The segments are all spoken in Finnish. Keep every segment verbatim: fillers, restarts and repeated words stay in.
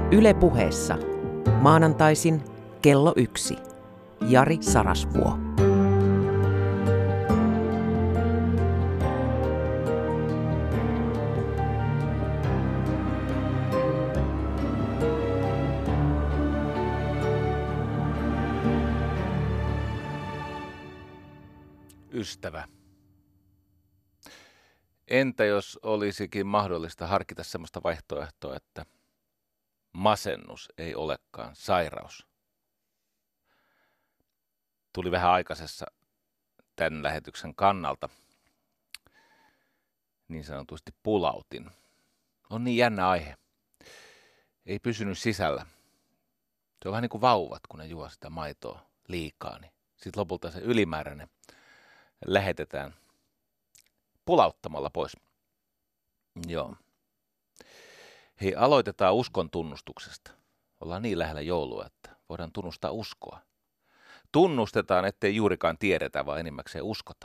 Yle Puheessa. Maanantaisin kello yksi. Jari Sarasvuo. Ystävä. Entä jos olisikin mahdollista harkita sellaista vaihtoehtoa, että masennus ei olekaan sairaus? Tuli vähän aikaisessa tämän lähetyksen kannalta. Niin sanotusti pulautin. On niin jännä aihe. Ei pysynyt sisällä. Se on vähän niin kuin vauvat, kun ne juo sitä maitoa liikaa. Niin sitten lopulta se ylimääräinen lähetetään pulauttamalla pois. Joo. Hei, aloitetaan uskon tunnustuksesta. Ollaan niin lähellä joulua, että voidaan tunnustaa uskoa. Tunnustetaan, ettei juurikaan tiedetä, vaan enimmäkseen uskota.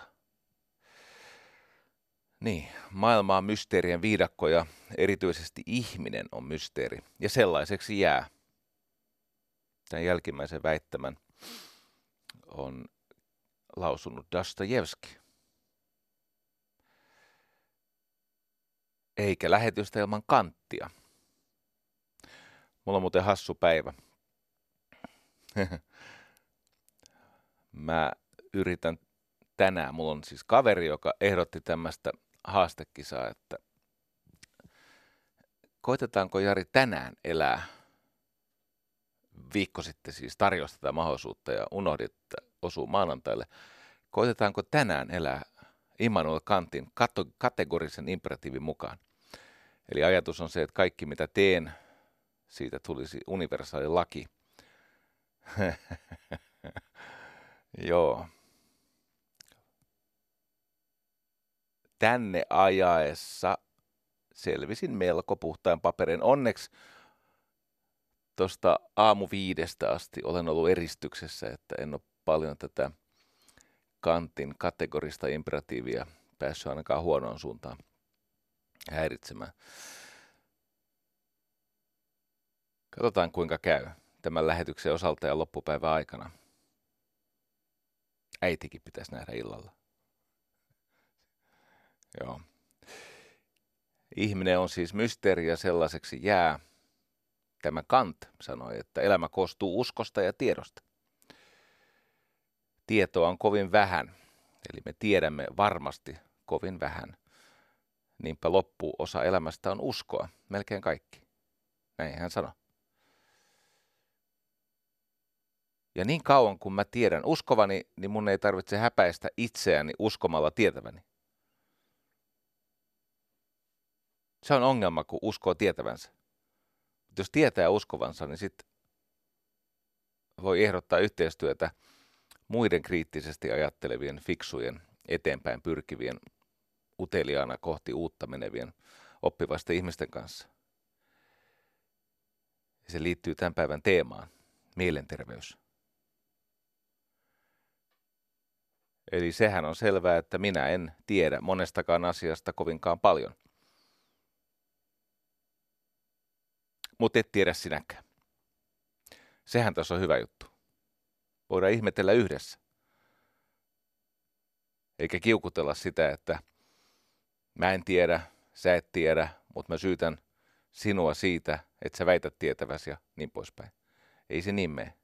Niin, maailma on mysteerien viidakko ja erityisesti ihminen on mysteeri. Ja sellaiseksi jää. Tämän jälkimmäisen väittämän on lausunut Dostojevski. Eikä lähetystä ilman Kanttia. Mulla on muuten hassu päivä. Mä yritän tänään, mulla on siis kaveri, joka ehdotti tämmöistä haastekisaa, että koitetaanko Jari tänään elää. Viikko sitten siis tarjosi tätä mahdollisuutta ja unohdin, että osuu maanantaille. Koitetaanko tänään elää Immanuel Kantin kategorisen imperatiivin mukaan. Eli ajatus on se, että kaikki mitä teen, siitä tulisi universaali laki. Joo. Tänne ajaessa selvisin melko puhtain paperin. Onneksi tuosta aamu viidestä asti olen ollut eristyksessä, että en ole paljon tätä Kantin kategorista imperatiivia päässyt ainakaan huonoon suuntaan häiritsemään. Katsotaan kuinka käy tämän lähetyksen osalta ja loppupäivän aikana. Äitikin pitäisi nähdä illalla. Joo. Ihminen on siis mysteeri ja sellaiseksi jää. Tämä Kant sanoi, että elämä koostuu uskosta ja tiedosta. Tietoa on kovin vähän, eli me tiedämme varmasti kovin vähän. Niinpä loppuosa elämästä on uskoa, melkein kaikki. Näin hän sanoi. Ja niin kauan kun mä tiedän uskovani, niin mun ei tarvitse häpäistä itseäni uskomalla tietäväni. Se on ongelma, kun uskoo tietävänsä. Mutta jos tietää uskovansa, niin sitten voi ehdottaa yhteistyötä muiden kriittisesti ajattelevien, fiksujen, eteenpäin pyrkivien, uteliaana kohti uutta menevien, oppivasten ihmisten kanssa. Ja se liittyy tämän päivän teemaan, mielenterveys. Eli sehän on selvää, että minä en tiedä monestakaan asiasta kovinkaan paljon. Mutta et tiedä sinäkään. Sehän tässä on hyvä juttu. Voidaan ihmetellä yhdessä. Eikä kiukutella sitä, että mä en tiedä, sä et tiedä, mutta mä syytän sinua siitä, että sä väität tietäväsi ja niin poispäin. Ei se niin mene.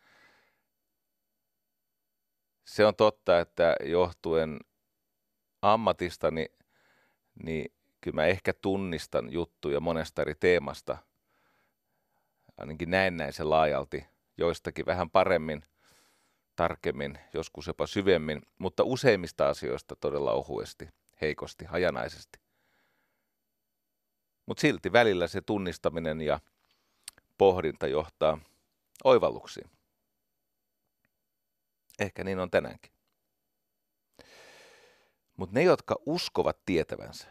Se on totta, että johtuen ammatistani, niin kyllä mä ehkä tunnistan juttuja monesta eri teemasta, ainakin näennäisen laajalti, joistakin vähän paremmin, tarkemmin, joskus jopa syvemmin, mutta useimmista asioista todella ohuesti, heikosti, hajanaisesti. Mutta silti välillä se tunnistaminen ja pohdinta johtaa oivalluksiin. Ehkä niin on tänäänkin. Mutta ne, jotka uskovat tietävänsä,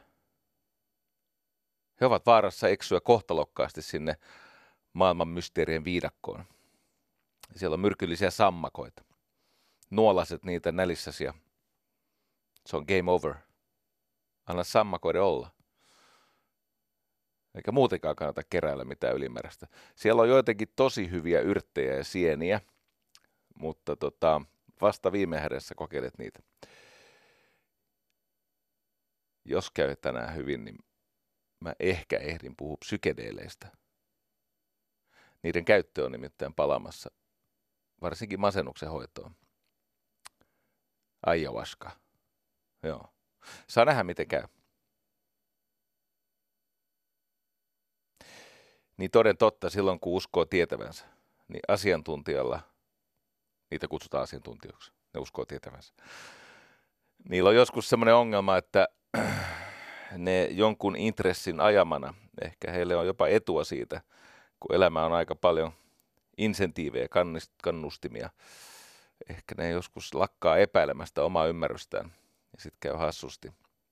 he ovat vaarassa eksyä kohtalokkaasti sinne maailman mysteerien viidakkoon. Siellä on myrkyllisiä sammakoita. Nuolaset niitä nälissäsi ja se on game over. Anna sammakoiden olla. Eikä muutenkaan kannata keräillä mitään ylimääräistä. Siellä on joitakin tosi hyviä yrttejä ja sieniä, mutta tota, vasta viime hädässä kokeilet niitä. Jos käy tänään hyvin, niin mä ehkä ehdin puhua psykedeeleistä. Niiden käyttö on nimittäin palaamassa, varsinkin masennuksen hoitoon. Ayahuasca. Joo. Saa nähdä, miten käy. Niin toden totta, silloin kun uskoo tietävänsä, niin asiantuntijalla, niitä kutsutaan asiantuntijoiksi, ne uskoo tietävänsä. Niillä on joskus semmoinen ongelma, että ne jonkun intressin ajamana, ehkä heille on jopa etua siitä, kun elämä on aika paljon insentiivejä, kannustimia. Ehkä ne joskus lakkaa epäilemästä omaa ymmärrystään ja sitten käy hassusti.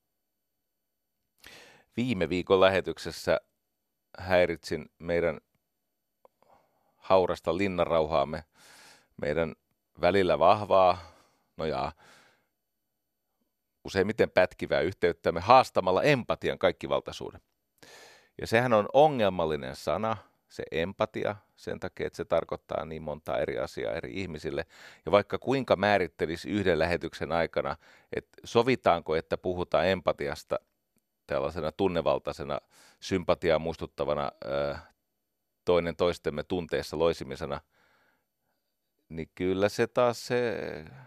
Viime viikon lähetyksessä häiritsin meidän haurasta linnanrauhaamme, meidän välillä vahvaa, no jaa, useimmiten pätkivää yhteyttämme haastamalla empatian kaikkivaltaisuuden. Ja sehän on ongelmallinen sana, se empatia, sen takia, että se tarkoittaa niin montaa eri asiaa eri ihmisille. Ja vaikka kuinka määrittelisi yhden lähetyksen aikana, että sovitaanko, että puhutaan empatiasta tällaisena tunnevaltaisena, sympatiaa muistuttavana, toinen toistemme tunteessa loisimisena, niin kyllä se taas se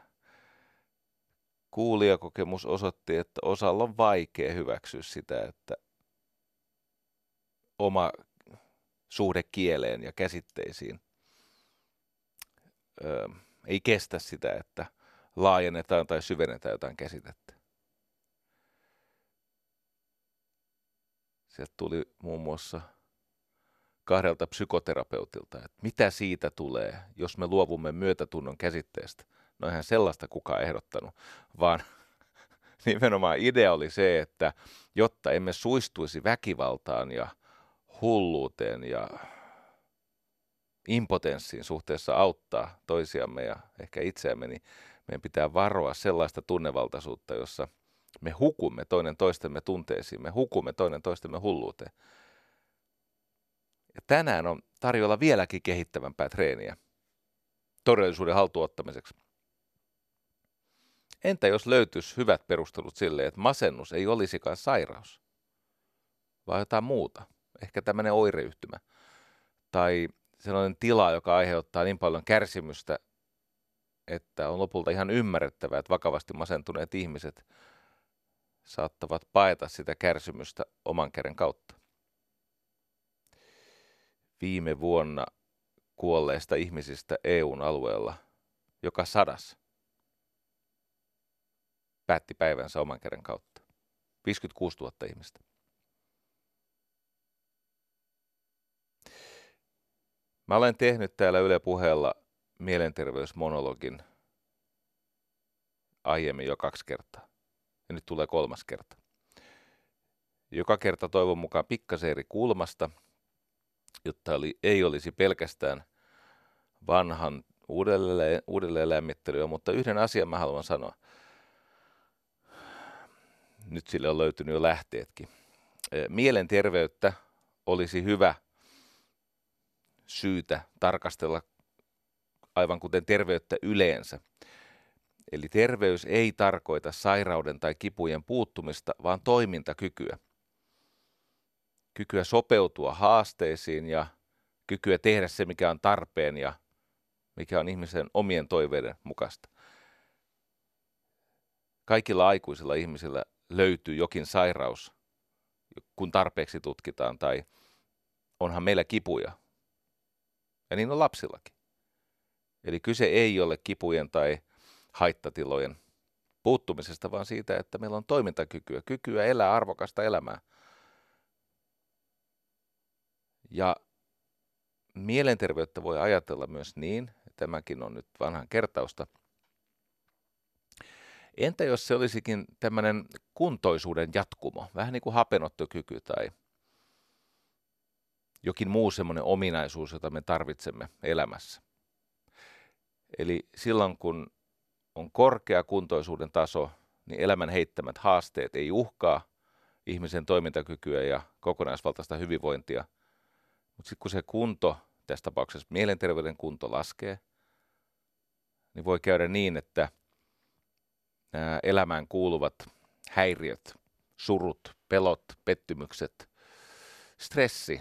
kuulijakokemus osoitti, että osalla on vaikea hyväksyä sitä, että oma suhde kieleen ja käsitteisiin ö, ei kestä sitä, että laajennetaan tai syvennetään jotain käsitettä. Sieltä tuli muun muassa kahdelta psykoterapeutilta, että mitä siitä tulee, jos me luovumme myötätunnon käsitteestä. No eihän sellaista kukaan ehdottanut, vaan nimenomaan idea oli se, että jotta emme suistuisi väkivaltaan ja hulluuteen ja impotenssiin suhteessa auttaa toisiamme ja ehkä itseämme, niin meidän pitää varoa sellaista tunnevaltaisuutta, jossa me hukumme toinen toistemme tunteisiin, me hukumme toinen toistemme hulluuteen. Ja tänään on tarjolla vieläkin kehittävämpää treeniä todellisuuden haltuottamiseksi. Entä jos löytyisi hyvät perustelut sille, että masennus ei olisikaan sairaus, vaan jotain muuta? Ehkä tämmöinen oireyhtymä tai sellainen tila, joka aiheuttaa niin paljon kärsimystä, että on lopulta ihan ymmärrettävää, että vakavasti masentuneet ihmiset saattavat paeta sitä kärsimystä oman käden kautta. Viime vuonna kuolleista ihmisistä E U:n alueella joka sadas päätti päivänsä oman käden kautta. viisikymmentäkuusituhatta ihmistä. Mä olen tehnyt täällä Yle Puheella mielenterveysmonologin aiemmin jo kaksi kertaa. Ja nyt tulee kolmas kerta. Joka kerta toivon mukaan pikkasen eri kulmasta, jotta oli, ei olisi pelkästään vanhan uudelleen, uudelleen lämmittelyä, mutta yhden asian mä haluan sanoa. Nyt sille on löytynyt jo lähteetkin. Mielenterveyttä olisi hyvä syytä tarkastella aivan kuten terveyttä yleensä. Eli terveys ei tarkoita sairauden tai kipujen puuttumista, vaan toimintakykyä. Kykyä sopeutua haasteisiin ja kykyä tehdä se, mikä on tarpeen ja mikä on ihmisen omien toiveiden mukaista. Kaikilla aikuisilla ihmisillä löytyy jokin sairaus, kun tarpeeksi tutkitaan, tai onhan meillä kipuja. Ja niin on lapsillakin. Eli kyse ei ole kipujen tai haittatilojen puuttumisesta, vaan siitä, että meillä on toimintakykyä, kykyä elää arvokasta elämää. Ja mielenterveyttä voi ajatella myös niin, tämäkin on nyt vanhan kertausta. Entä jos se olisikin tämmöinen kuntoisuuden jatkumo, vähän niin kuin hapenottokyky tai jokin muu semmoinen ominaisuus, jota me tarvitsemme elämässä. Eli silloin kun on korkea kuntoisuuden taso, niin elämän heittämät haasteet ei uhkaa ihmisen toimintakykyä ja kokonaisvaltaista hyvinvointia. Mutta sitten kun se kunto, tässä tapauksessa mielenterveyden kunto laskee, niin voi käydä niin, että nämä elämään kuuluvat häiriöt, surut, pelot, pettymykset, stressi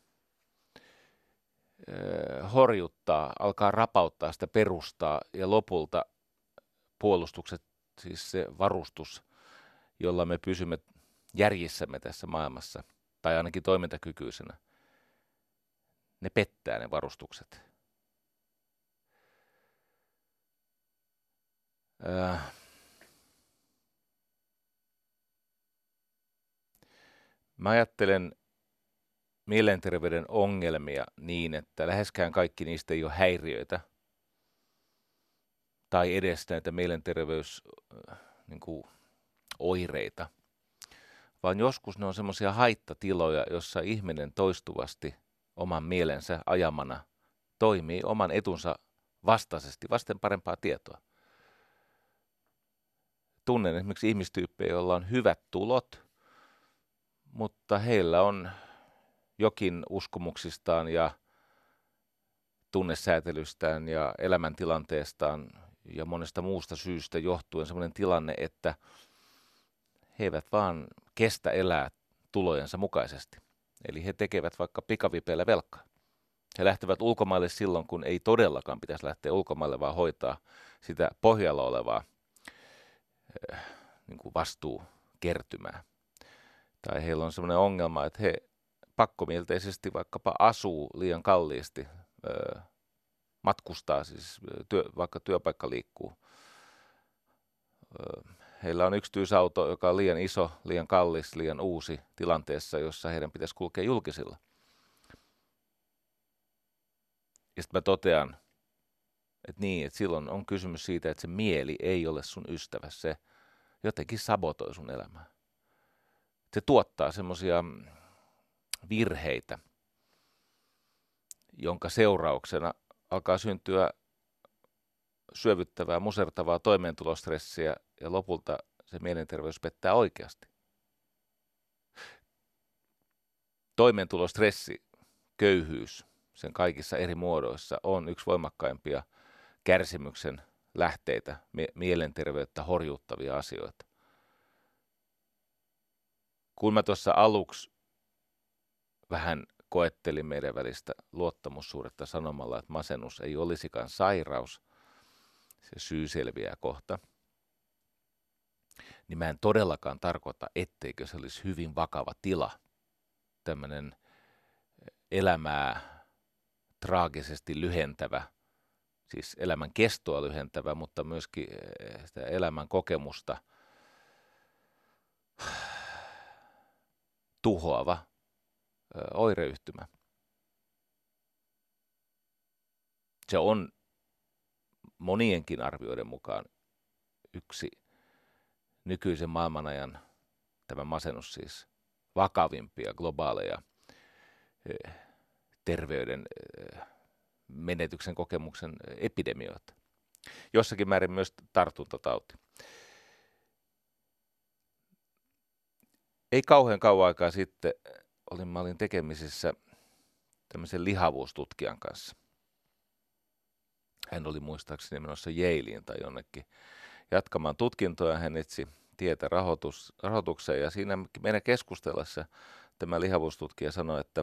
horjuttaa, alkaa rapauttaa sitä perustaa ja lopulta puolustukset, siis se varustus, jolla me pysymme järjissämme tässä maailmassa, tai ainakin toimintakykyisenä, ne pettää ne varustukset. Öö. Mä ajattelen mielenterveyden ongelmia niin, että läheskään kaikki niistä ei ole häiriöitä tai edes näitä mielenterveysoireita, vaan joskus ne on semmoisia haittatiloja, jossa ihminen toistuvasti oman mielensä ajamana toimii oman etunsa vastaisesti, vasten parempaa tietoa. Tunnen esimerkiksi ihmistyyppejä, joilla on hyvät tulot, mutta heillä on jokin uskomuksistaan ja tunnesäätelystään ja elämäntilanteestaan ja monesta muusta syystä johtuen sellainen tilanne, että he eivät vaan kestä elää tulojensa mukaisesti. Eli he tekevät vaikka pikavipeillä velkaa. He lähtevät ulkomaille silloin, kun ei todellakaan pitäisi lähteä ulkomaille, vaan hoitaa sitä pohjalla olevaa äh, niin kuin vastuukertymää. Tai heillä on sellainen ongelma, että he pakkomielteisesti vaikkapa asuu liian kalliisti, öö, matkustaa, siis työ, vaikka työpaikka liikkuu. Öö, heillä on yksityisauto, joka on liian iso, liian kallis, liian uusi tilanteessa, jossa heidän pitäisi kulkea julkisilla. Ja sitten mä totean, että niin, että silloin on kysymys siitä, että se mieli ei ole sun ystävä, se jotenkin sabotoi sun elämää. Se tuottaa semmoisia virheitä, jonka seurauksena alkaa syntyä syövyttävää, musertavaa toimeentulostressiä ja lopulta se mielenterveys pettää oikeasti. Toimeentulostressi, köyhyys, sen kaikissa eri muodoissa on yksi voimakkaimpia kärsimyksen lähteitä, mie- mielenterveyttä horjuttavia asioita. Kun mä tuossa aluksi vähän koettelin meidän välistä luottamussuhdetta sanomalla, että masennus ei olisikaan sairaus, se syy selviää kohta, niin mä en todellakaan tarkoita, etteikö se olisi hyvin vakava tila, tämmöinen elämää traagisesti lyhentävä, siis elämän kestoa lyhentävä, mutta myöskin sitä elämän kokemusta tuhoava ö, oireyhtymä. Se on monienkin arvioiden mukaan yksi nykyisen maailmanajan, tämä masennus siis, vakavimpia globaaleja ö, terveyden ö, menetyksen kokemuksen epidemioita. Jossakin määrin myös tartuntatauti. Ei kauhean kauan aikaa sitten olin, mä olin tekemisissä tämmöisen lihavuustutkijan kanssa. Hän oli muistaakseni menossa Yalein tai jonnekin jatkamaan tutkintoja. Hän etsi tietä rahoitus, rahoitukseen ja siinä meidän keskustellessa tämä lihavuustutkija sanoi, että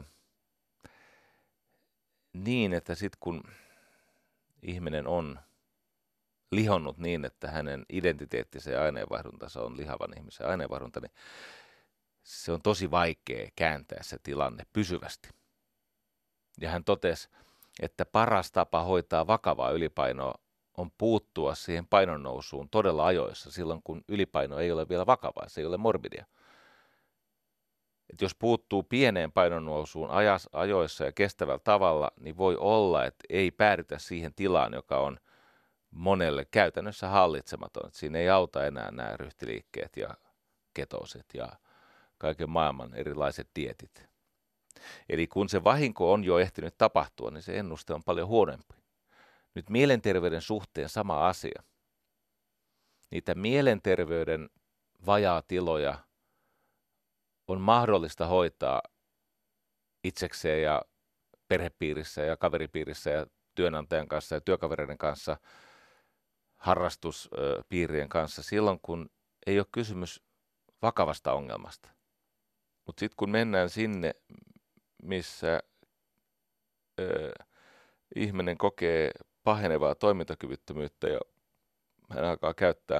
niin, että sitten kun ihminen on lihonnut niin, että hänen identiteettinsä ja aineenvaihduntansa on lihavan ihmisen aineenvaihdunta, niin se on tosi vaikea kääntää se tilanne pysyvästi. Ja hän totesi, että paras tapa hoitaa vakavaa ylipainoa on puuttua siihen painonnousuun todella ajoissa, silloin kun ylipaino ei ole vielä vakavaa, se ei ole morbidia. Et jos puuttuu pieneen painonnousuun ajas, ajoissa ja kestävällä tavalla, niin voi olla, että ei päädytä siihen tilaan, joka on monelle käytännössä hallitsematon. Et siinä ei auta enää nämä ryhtiliikkeet ja ketoosit ja kaiken maailman erilaiset dietit. Eli kun se vahinko on jo ehtinyt tapahtua, niin se ennuste on paljon huonompi. Nyt mielenterveyden suhteen sama asia. Niitä mielenterveyden vajaatiloja on mahdollista hoitaa itsekseen ja perhepiirissä ja kaveripiirissä ja työnantajan kanssa ja työkavereiden kanssa, harrastuspiirien kanssa silloin, kun ei ole kysymys vakavasta ongelmasta. Mutta sitten kun mennään sinne, missä ö, ihminen kokee pahenevaa toimintakyvyttömyyttä ja hän alkaa käyttää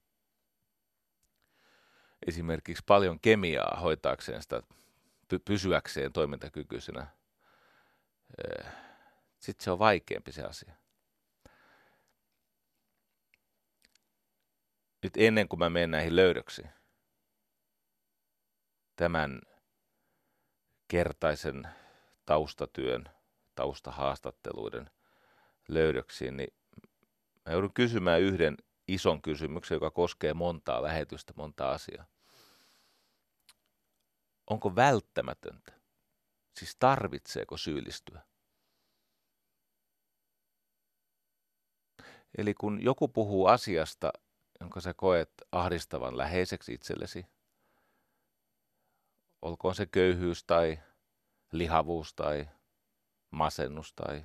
esimerkiksi paljon kemiaa hoitaakseen sitä, py- pysyäkseen toimintakykyisenä, sitten se on vaikeampi se asia. Nyt ennen kuin mä menen näihin löydöksiin, tämän kertaisen taustatyön, taustahaastatteluiden löydöksiin, niin mä joudun kysymään yhden ison kysymyksen, joka koskee montaa lähetystä, montaa asiaa. Onko välttämätöntä? Siis tarvitseeko syyllistyä? Eli kun joku puhuu asiasta, jonka sä koet ahdistavan läheiseksi itsellesi, olkoon se köyhyys tai lihavuus tai masennus tai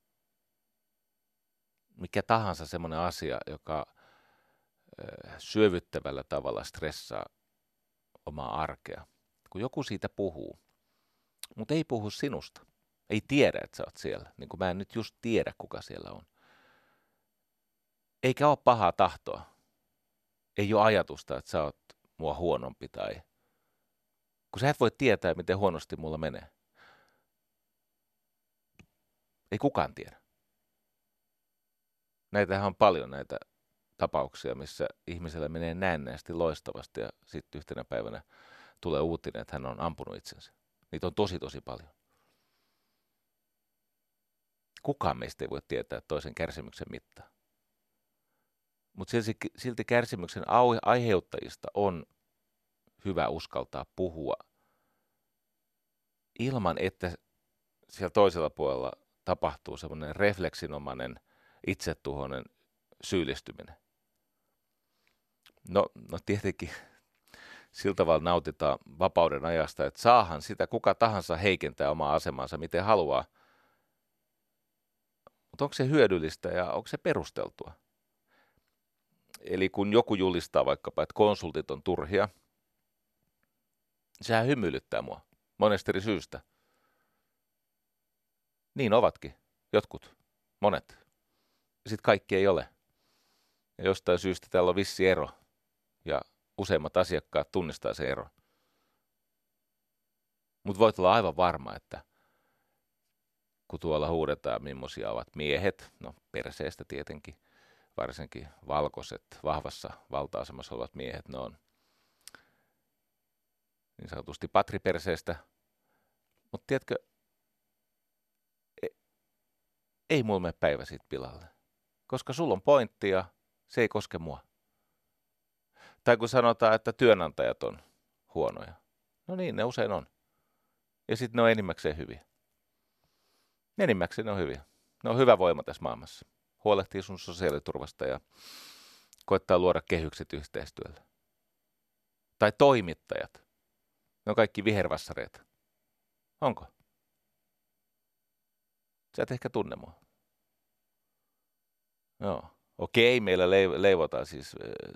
mikä tahansa semmoinen asia, joka syövyttävällä tavalla stressaa omaa arkea. Kun joku siitä puhuu, mutta ei puhu sinusta, ei tiedä, että sä oot siellä, niin kuin mä en nyt just tiedä, kuka siellä on. Eikä ole pahaa tahtoa. Ei ole ajatusta, että sä oot mua huonompi tai... Kun sä et voi tietää, miten huonosti mulla menee. Ei kukaan tiedä. Näitähän on paljon näitä tapauksia, missä ihmisellä menee näennäisesti loistavasti ja sitten yhtenä päivänä tulee uutinen, että hän on ampunut itsensä. Niitä on tosi tosi paljon. Kukaan meistä ei voi tietää toisen kärsimyksen mittaa. Mutta silti, silti kärsimyksen aiheuttajista on hyvä uskaltaa puhua ilman, että siellä toisella puolella tapahtuu semmoinen refleksinomainen, itsetuhoinen syyllistyminen. No, no tietenkin sillä tavalla nautitaan vapauden ajasta, että saahan sitä kuka tahansa heikentää omaa asemansa miten haluaa. Mutta onko se hyödyllistä ja onko se perusteltua? Eli kun joku julistaa vaikkapa, että konsultit on turhia, sehän hymyilyttää mua monesta eri syystä. Niin ovatkin. Jotkut. Monet. Sitten kaikki ei ole. Ja jostain syystä täällä on vissi ero. Ja useimmat asiakkaat tunnistaa se ero. Mutta voit olla aivan varma, että kun tuolla huudetaan, millaisia ovat miehet, no perseestä tietenkin, varsinkin valkoiset, vahvassa valta-asemassa olevat miehet, ne on niin sanotusti patriperseestä. Mutta tiedätkö, ei, ei mulla mene päivä siitä pilalle, koska sulla on pointti ja se ei koske mua. Tai kun sanotaan, että työnantajat on huonoja. No niin, ne usein on. Ja sitten ne on enimmäkseen hyviä. Enimmäkseen ne on hyviä. Ne on hyvä voima tässä maailmassa. Huolehtii sun sosiaaliturvasta ja koettaa luoda kehykset yhteistyöllä. Tai toimittajat. Ne on kaikki vihervassareita. Onko? Sä et ehkä tunne mua. Joo. Okei, meillä leivotaan siis,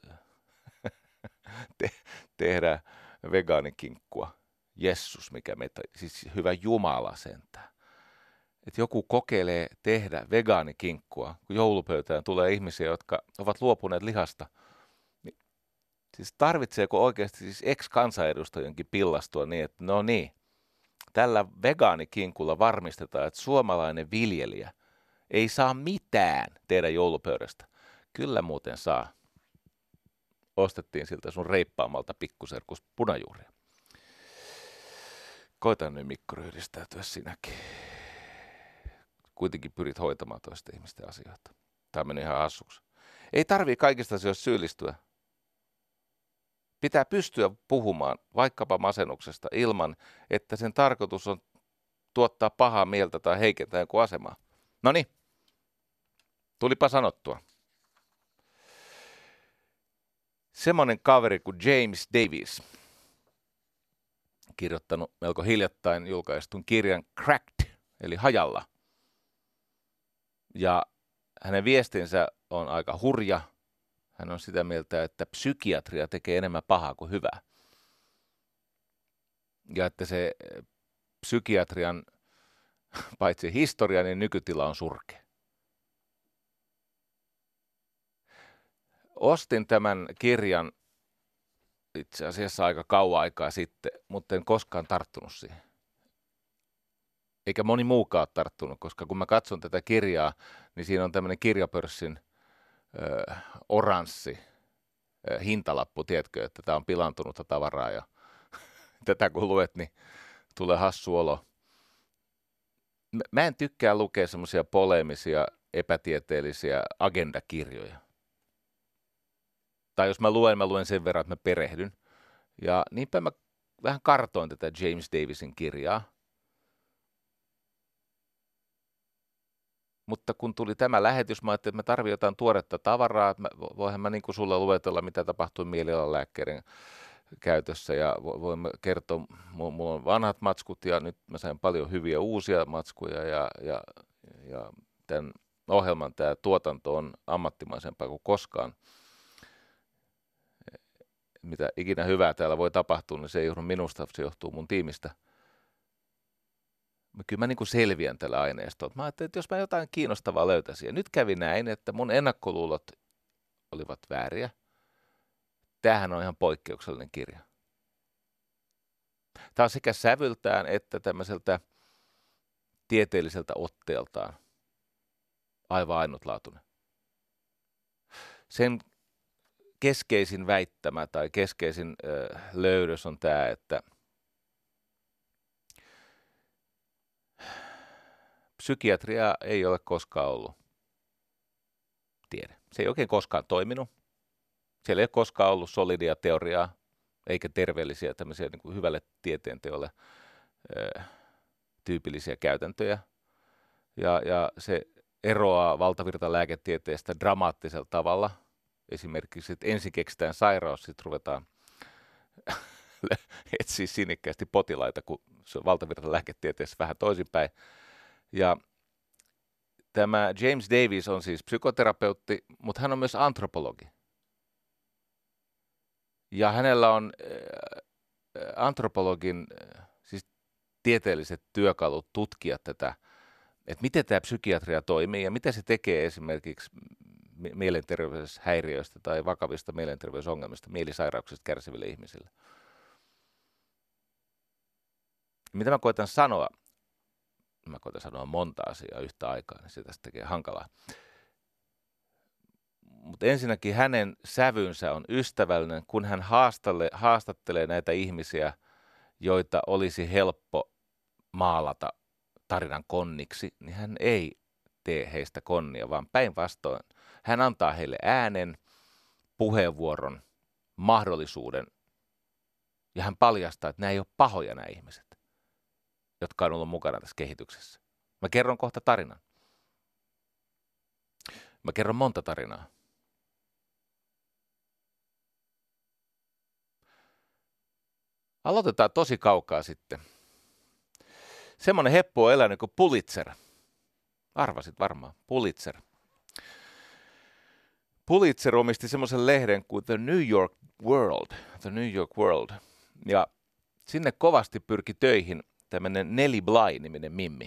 te, tehdään vegaanikinkkua. Jessus, mikä meitä, siis hyvä Jumala sentään. Että joku kokeilee tehdä vegaanikinkkua, kun joulupöytään tulee ihmisiä, jotka ovat luopuneet lihasta. Niin, siis tarvitseeko oikeasti siis ex-kansanedustajienkin pillastua niin, että no niin, tällä vegaanikinkulla varmistetaan, että suomalainen viljelijä ei saa mitään tehdä joulupöydästä. Kyllä muuten saa. Ostettiin siltä sun reippaamalta pikkuserkus punajuuria. Koitan nyt Mikko ryhdistäytyä sinäkin. Kuitenkin pyrit hoitamaan toisten ihmisten asioita. Tämä meni ihan hassuksi. Ei tarvii kaikista asioista syyllistyä. Pitää pystyä puhumaan vaikkapa masennuksesta ilman, että sen tarkoitus on tuottaa pahaa mieltä tai heikentää jonkun asemaa. Noniin, tulipa sanottua. Semmoinen kaveri kuin James Davies. kirjoittanut melko hiljattain julkaistun kirjan Cracked, eli hajalla. Ja hänen viestinsä on aika hurja. Hän on sitä mieltä, että psykiatria tekee enemmän pahaa kuin hyvää. Ja että se psykiatrian paitsi historia, niin nykytila on surkea. Ostin tämän kirjan itse asiassa aika kauan aikaa sitten, mutta en koskaan tarttunut siihen. Eikä moni muukaan ole tarttunut, koska kun mä katson tätä kirjaa, niin siinä on tämmöinen kirjapörssin ö, oranssi ö, hintalappu, tiedätkö, että tämä on pilantunutta tavaraa ja tätä kun luet, niin tulee hassu olo. Mä en tykkää lukea semmoisia poleemisia, epätieteellisiä agendakirjoja. Tai jos mä luen, mä luen sen verran, että mä perehdyn. Ja niinpä mä vähän kartoin tätä James Davisin kirjaa. Mutta kun tuli tämä lähetys, mä ajattelin, että mä tarvitsen jotain tuoretta tavaraa. Että mä, voihan mä niin kuin sulle luetella, mitä tapahtui mielialalääkkeiden käytössä. Ja voin kertoa, mulla on vanhat matskut ja nyt mä sain paljon hyviä uusia matskuja. Ja, ja, ja tämän ohjelman tämä tuotanto on ammattimaisempaa kuin koskaan. Mitä ikinä hyvää täällä voi tapahtua, niin se ei johdu minusta, se johtuu mun tiimistä. Kyllä mä niin kuin selviän tällä aineistolla. Mä ajattelin, että jos mä jotain kiinnostavaa löytäisin. Ja nyt kävi näin, että mun ennakkoluulot olivat vääriä. Tämähän on ihan poikkeuksellinen kirja. Tämä on sekä sävyltään että tämmöiseltä tieteelliseltä otteeltaan aivan ainutlaatuinen. Sen keskeisin väittämä tai keskeisin ö, löydös on tämä, että psykiatria ei ole koskaan ollut tiede. Se ei oikein koskaan toiminut. Siellä ei ole koskaan ollut solidia teoriaa, eikä terveellisiä tämmöisiä niin kuin hyvälle tieteenteolle ö, tyypillisiä käytäntöjä. Ja, ja se eroaa valtavirtalääketieteestä dramaattisella tavalla. Esimerkiksi, että ensin keksitään sairaus, sitten ruvetaan etsiä sinnikkäästi potilaita, kun se on valtavirtalääketieteessä vähän toisinpäin. Ja tämä James Davis on siis psykoterapeutti, mutta hän on myös antropologi. Ja hänellä on äh, antropologin, äh, siis tieteelliset työkalut tutkia tätä, että miten tämä psykiatria toimii ja mitä se tekee esimerkiksi mielenterveyshäiriöistä tai vakavista mielenterveysongelmista, mielisairauksista kärsiville ihmisille. Mitä mä koitan sanoa? Mä koitan sanoa monta asiaa yhtä aikaa, niin se tästä tekee hankalaa. Mutta ensinnäkin hänen sävynsä on ystävällinen, kun hän haastattelee näitä ihmisiä, joita olisi helppo maalata tarinan konniksi, niin hän ei tee heistä konnia, vaan päinvastoin hän antaa heille äänen, puheenvuoron, mahdollisuuden ja hän paljastaa, että nämä ei ole pahoja nämä ihmiset, jotka on ollut mukana tässä kehityksessä. Mä kerron kohta tarinan. Mä kerron monta tarinaa. Aloitetaan tosi kaukaa sitten. Semmoinen heppu on elänyt kuin Pulitzer. Arvasit varmaan. Pulitzer. Pulitzer omisti semmoisen lehden kuin The New York World. The New York World. Ja sinne kovasti pyrki töihin tämmöinen Nellie Bly-niminen mimmi.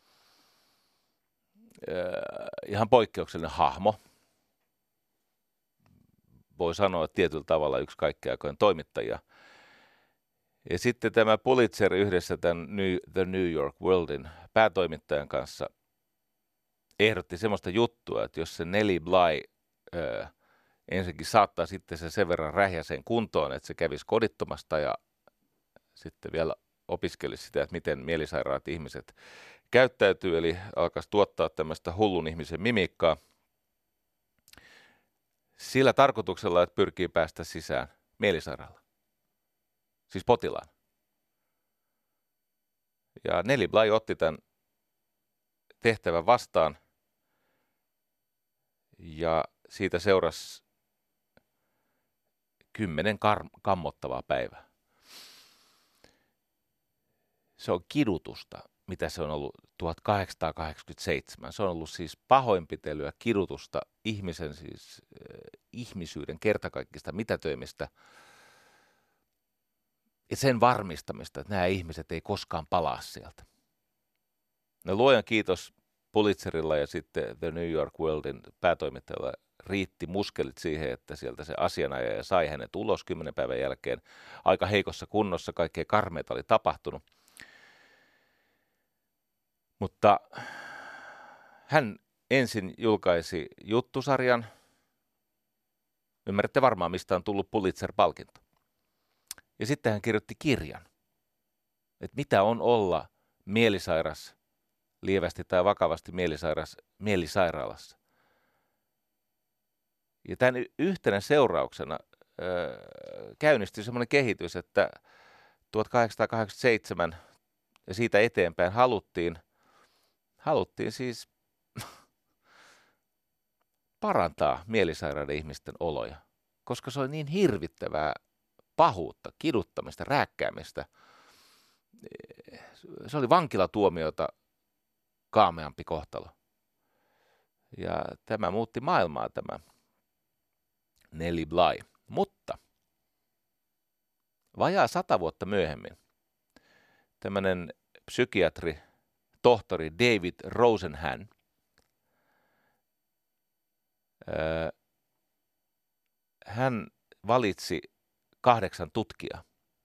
Öö, ihan poikkeuksellinen hahmo. Voi sanoa, että tietyllä tavalla yksi kaikkien aikojen toimittajia. Ja sitten tämä Pulitzer yhdessä tämän New, The New York Worldin päätoimittajan kanssa ehdotti semmoista juttua, että jos se Nellie Bly öö, ensinnäkin saattaa sitten se sen verran rähjäseen kuntoon, että se kävisi kodittomasta ja sitten vielä opiskelisi sitä, että miten mielisairaat ihmiset käyttäytyy, eli alkaisi tuottaa tämmöistä hullun ihmisen mimiikkaa sillä tarkoituksella, että pyrkii päästä sisään mielisairaalla. Siis potilaan. Ja Nellie Bly otti tämän tehtävän vastaan ja siitä seurasi kymmenen kar- kammottavaa päivää. se on kidutusta, mitä se on ollut tuhatkahdeksansataakahdeksankymmentäseitsemän. Se on ollut siis pahoinpitelyä, kidutusta, ihmisen siis äh, ihmisyyden kertakaikkista mitätöimistä ja sen varmistamista, että nämä ihmiset ei koskaan palaa sieltä. No luojan kiitos, Pulitzerilla ja sitten The New York Worldin päätoimittajalla riitti muskelit siihen, että sieltä se asianajaja sai hänet ulos kymmenen päivän jälkeen. Aika heikossa kunnossa, kaikkea karmeita oli tapahtunut. Mutta hän ensin julkaisi juttusarjan. Ymmärrätte varmaan, mistä on tullut Pulitzer-palkinto. Ja sitten hän kirjoitti kirjan, että mitä on olla mielisairas, lievästi tai vakavasti mielisairas mielisairaalassa. Ja tämän yhtenä seurauksena öö, käynnistyi semmoinen kehitys, että tuhatkahdeksansataakahdeksankymmentäseitsemän ja siitä eteenpäin haluttiin, haluttiin siis parantaa mielisairaiden ihmisten oloja, koska se oli niin hirvittävää pahuutta, kiduttamista, rääkkäämistä. Se oli vankilatuomiota kaameampi kohtalo. Ja tämä muutti maailmaa, tämä Nellie Bly. Mutta vajaa sata vuotta myöhemmin tämmöinen psykiatri, tohtori David Rosenhan, öö, hän valitsi kahdeksan tutkijaa.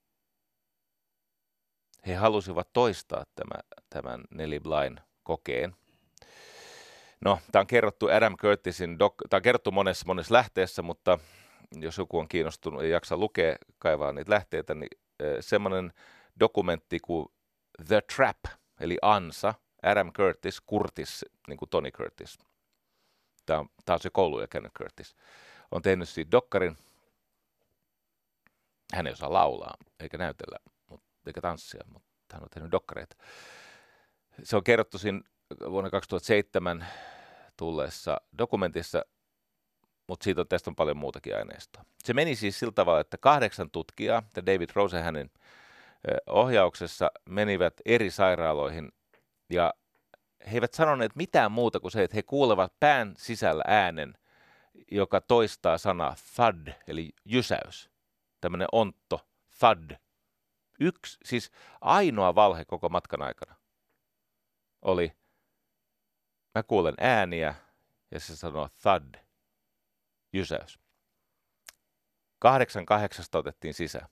He halusivat toistaa tämä, tämän Nellie Blyn kokeen. No, tämä on kerrottu Adam Curtisin, dok- tämä on kerrottu monessa, monessa lähteessä, mutta jos joku on kiinnostunut ja jaksaa lukea, kaivaa niitä lähteitä, niin äh, semmoinen dokumentti kuin The Trap, eli Ansa, Adam Curtis, Curtis, niin kuin Tony Curtis. Tämä on, tämä on se kouluja käynyt Curtis. On tehnyt siitä dokkarin. Hän ei osaa laulaa, eikä näytellä, mutta, eikä tanssia, mutta hän on tehnyt dokkareita. Se on kerrottu siinä vuonna kaksituhattaseitsemän tulleessa dokumentissa, mutta siitä on, tästä on paljon muutakin aineistoa. Se meni siis sillä tavalla, että kahdeksan tutkijaa, David Rosenhanin ohjauksessa, menivät eri sairaaloihin ja he eivät sanoneet mitään muuta kuin se, että he kuulevat pään sisällä äänen, joka toistaa sanaa thud, eli jysäys. Tämmöinen ontto, thud. Yksi, siis ainoa valhe koko matkan aikana oli, mä kuulen ääniä ja se sanoo thud, jysäys. Kahdeksan kahdeksasta otettiin sisään.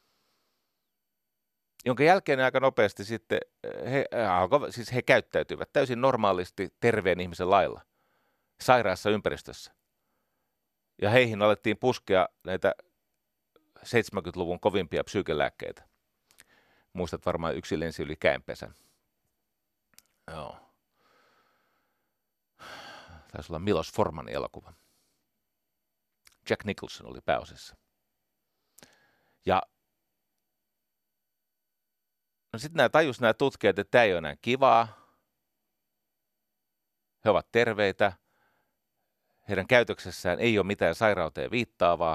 Jonka jälkeen aika nopeasti sitten he, siis he käyttäytyivät täysin normaalisti terveen ihmisen lailla sairaassa ympäristössä. Ja heihin alettiin puskea näitä seitsemänkymmentäluvun kovimpia psyykelääkkeitä. Muistat varmaan Yksi lensi yli käenpesän. Joo. Taisi olla Milos Formanin elokuva. Jack Nicholson oli pääosassa. Ja no sitten nämä tajus nämä tutkijat, että tämä ei ole enää kivaa. He ovat terveitä. Heidän käytöksessään ei ole mitään sairauteen viittaavaa.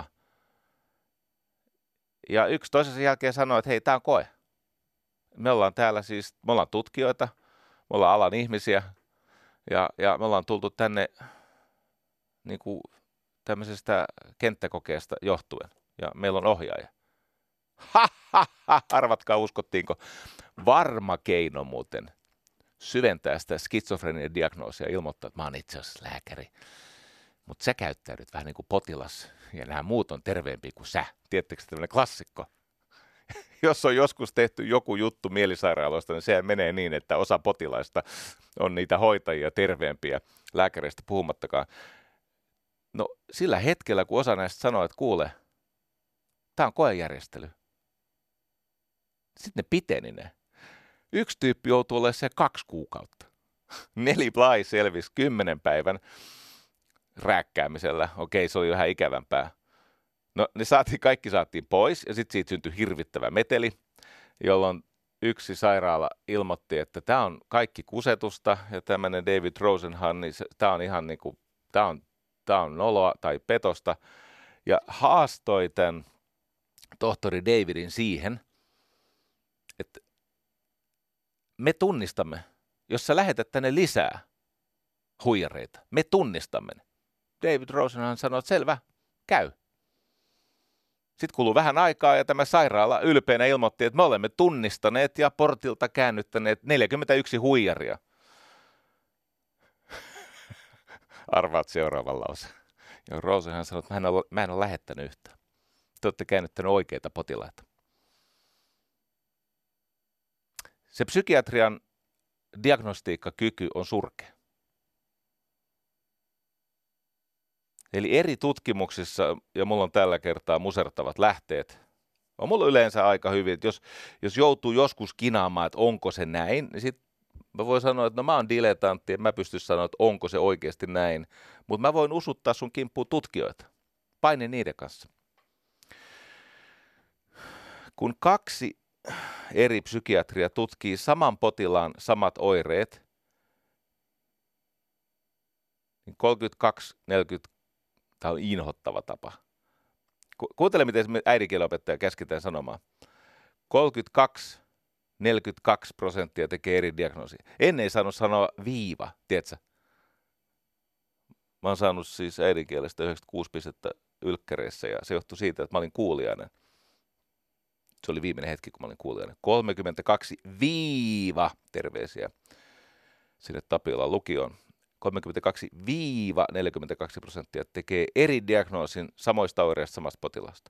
Ja yksi toisensa jälkeen sanoi, että hei, tämä on koe. Me ollaan täällä siis, me ollaan tutkijoita, me ollaan alan ihmisiä ja, ja me ollaan tultu tänne niin kuin tämmöisestä kenttäkokeesta johtuen. Ja meillä on ohjaaja. Ha, ha, ha, arvatkaa uskottiinko. Varma keino muuten syventää sitä skitsofrenian diagnoosia ja ilmoittaa, että mä oon itse asiassa lääkäri. Mutta sä käyttäydyt vähän niin kuin potilas ja nämä muut on terveempiä kuin sä. Tiedättekö tämmöinen klassikko? Jos on joskus tehty joku juttu mielisairaaloista, niin sehän menee niin, että osa potilaista on niitä hoitajia terveempiä, lääkäreistä puhumattakaan. No sillä hetkellä, kun osa näistä sanoo, että kuule, tämä on koejärjestely. Sitten ne piteni ne. Yksi tyyppi joutuu olemaan se kaksi kuukautta. Nellie Bly selvisi kymmenen päivän rääkkäämisellä. Okei, se oli vähän ikävämpää. No ne saatiin, kaikki saatiin pois ja sitten siitä syntyi hirvittävä meteli, jolloin yksi sairaala ilmoitti, että tämä on kaikki kusetusta ja tämmöinen David Rosenhan, niin tämä on ihan niin kuin, tämä on, tämä on noloa tai petosta. Ja haastoi tämän tohtori Davidin siihen, että me tunnistamme, jos sä lähetät tänne lisää huijareita, me tunnistamme ne. David Rosenhan sanoi, että selvä, käy. Sitten kuluu vähän aikaa ja tämä sairaala ylpeänä ilmoitti, että me olemme tunnistaneet ja portilta käännyttäneet neljäkymmentäyksi huijaria. Arvaat seuraavan lause. Ja Rosenhan sanoi, että mä en ole, mä en ole lähettänyt yhtään. Te olette käännyttäneet oikeita potilaita. Se psykiatrian diagnostiikkakyky on surkea. Eli eri tutkimuksissa, ja mulla on tällä kertaa musertavat lähteet, on mulla yleensä aika hyvin, että jos, jos joutuu joskus kinaamaan, että onko se näin, niin sitten mä voin sanoa, että no mä oon dilettantti, en mä pysty sanoa, että onko se oikeasti näin, mutta mä voin usuttaa sun kimppuun tutkijoita. Paine niiden kanssa. Kun kaksi eri psykiatria tutkii saman potilaan samat oireet, niin kolmekymmentäkaksi neljäkymmentä, tämä on inhottava tapa. Ku, kuuntele, miten äidinkielenopettaja käsketään sanomaan. kolmekymmentäkaksi neljäkymmentäkaksi prosenttia tekee eri diagnoosia. Ennen ei saanut sanoa viiva, tiedätkö? Mä oon saanut siis äidinkielestä yhdeksänkymmentäkuusi pistettä ylkkäreissä ja se johtui siitä, että mä olin kuulijainen. Se oli viimeinen hetki, kun mä olin kuulijainen. kolmekymmentäkaksi viiva terveisiä sinne Tapiolan lukioon. kolmekymmentäkaksi neljäkymmentäkaksi prosenttia tekee eri diagnoosin samoista oireista samasta potilasta.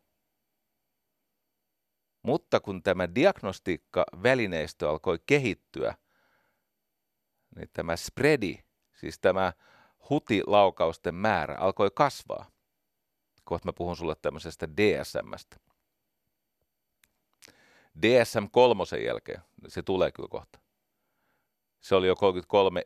Mutta kun tämä diagnostiikkavälineistö alkoi kehittyä, niin tämä spreadi, siis tämä hutilaukausten määrä, alkoi kasvaa. Kohta mä puhun sulle tämmöisestä D S M:stä. D S M kolmosen jälkeen, se tulee kyllä kohta. Se oli jo kolmekymmentäkolme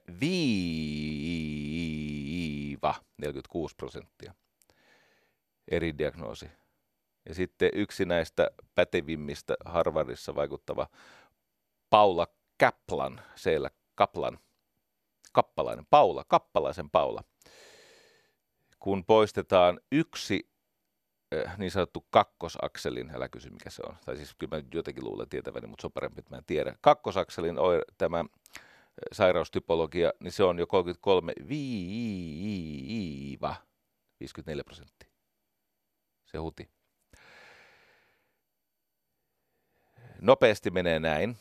neljäkymmentäkuusi prosenttia eri diagnoosi. Ja sitten yksi näistä pätevimmistä Harvardissa vaikuttava Paula Kaplan, siellä Kaplan, kappalainen Paula, kappalaisen Paula. Kun poistetaan yksi niin sanottu kakkosakselin, älä kysy mikä se on, tai siis kyllä mä jotenkin luulen tietäväni, mutta se on parempi, että mä en tiedä. Kakkosakselin tämä sairaustypologia, niin se on jo kolmekymmentäkolme viisikymmentäneljä prosenttia. Se huti. Nopeasti menee näin.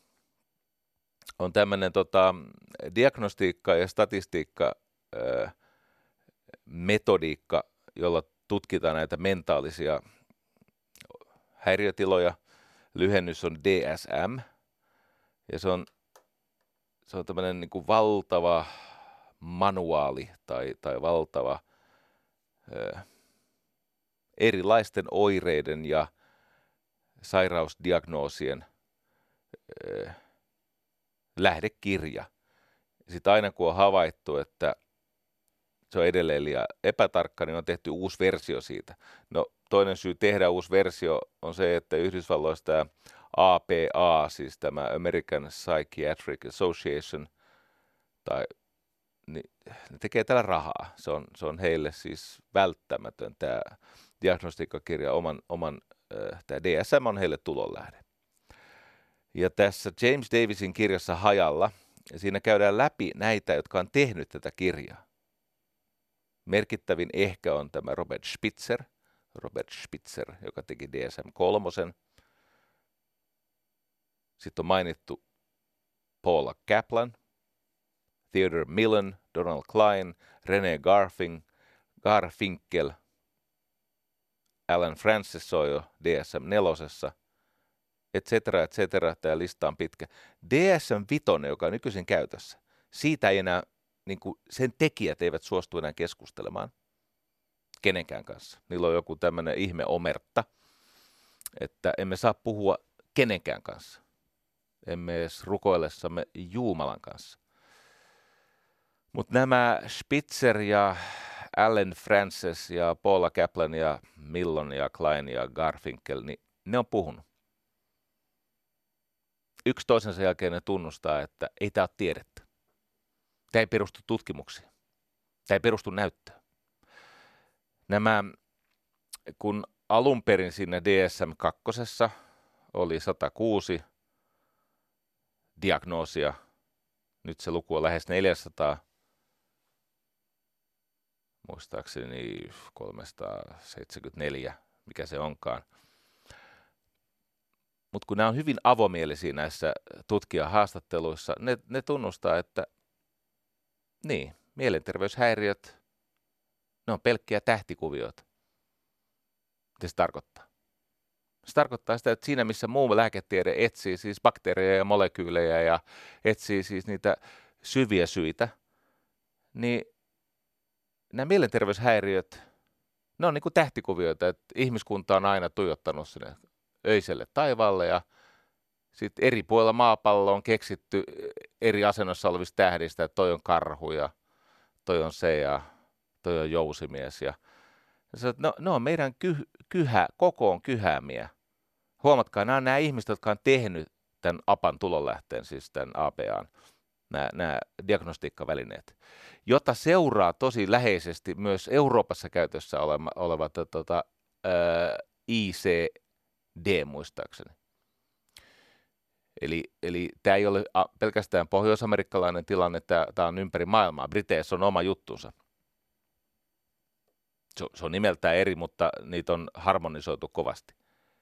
On tämmöinen tota, diagnostiikka ja statistiikka ää, metodiikka, jolla tutkitaan näitä mentaalisia häiriötiloja. Lyhennys on D S M. Ja se on, se on tämmöinen niin kuin valtava manuaali tai, tai valtava ää, erilaisten oireiden ja sairausdiagnoosien ää, lähdekirja. Sitten aina kun on havaittu, että se on edelleen liian epätarkka, niin on tehty uusi versio siitä. No toinen syy tehdä uusi versio on se, että Yhdysvalloissa tämä A P A, siis tämä American Psychiatric Association, tai, niin, ne tekee tällä rahaa. Se on, se on heille siis välttämätön tämä diagnostiikkakirja, oman, oman äh, tämä D S M on heille tulonlähde. Ja tässä James Davisin kirjassa Hajalla, siinä käydään läpi näitä, jotka on tehnyt tätä kirjaa. Merkittävin ehkä on tämä Robert Spitzer, Robert Spitzer, joka teki D S M kolme. Sitten on mainittu Paula Kaplan, Theodore Millen, Donald Klein, René Garfing, Garfinkel, Alan Francis on jo D S M neljä, et cetera, et cetera. Tämä lista on pitkä. D S M viisi, joka on nykyisin käytössä, siitä ei enää, niin kuin sen tekijät eivät suostu enää keskustelemaan kenenkään kanssa. Niillä on joku tämmöinen ihme omerta, että emme saa puhua kenenkään kanssa. Emme edes rukoillessamme Jumalan kanssa. Mutta nämä Spitzer ja Alan Francis ja Paula Kaplan ja Millen ja Klein ja Garfinkel, niin ne on puhunut. Yksi toisensa jälkeen ne tunnustaa, että ei tämä ole tiedettä. Tämä ei perustu tutkimuksiin. Tämä ei perustu näyttöön. Nämä, kun alun perin siinä D S M kaksi oli sata kuusi diagnoosia. Nyt se luku on lähes neljäsataa. Muistaakseni kolmesataaseitsemänkymmentäneljä, mikä se onkaan. Mutta kun nämä on hyvin avomielisiä näissä tutkijahaastatteluissa, ne, ne tunnustaa, että niin, mielenterveyshäiriöt, ne on pelkkiä tähtikuvioita. Mitä se tarkoittaa? Se tarkoittaa sitä, että siinä missä muu lääketiede etsii siis bakteereja ja molekyylejä ja etsii siis niitä syviä syitä, niin nämä mielenterveyshäiriöt, ne on niin kuin tähtikuvioita, että ihmiskunta on aina tuijottanut sinne öiselle taivaalle ja sitten eri puolilla maapalloa on keksitty eri asennossa olevista tähdistä, että toi on karhu ja toi on se ja toi on jousimies. Ja, ja se, no, ne on meidän ky, kyhä, kokoon kyhäämiä. Huomatkaa, nämä on nämä ihmiset, jotka on tehnyt tämän APAn tulonlähteen, siis tämän A P A:n, nämä, nämä diagnostiikkavälineet, jota seuraa tosi läheisesti myös Euroopassa käytössä oleva, oleva tuota, ää, I C D muistaakseni. Eli, eli tämä ei ole pelkästään pohjoisamerikkalainen tilanne, tämä on ympäri maailmaa. Briteissä on oma juttunsa. Se, se on nimeltään eri, mutta niitä on harmonisoitu kovasti.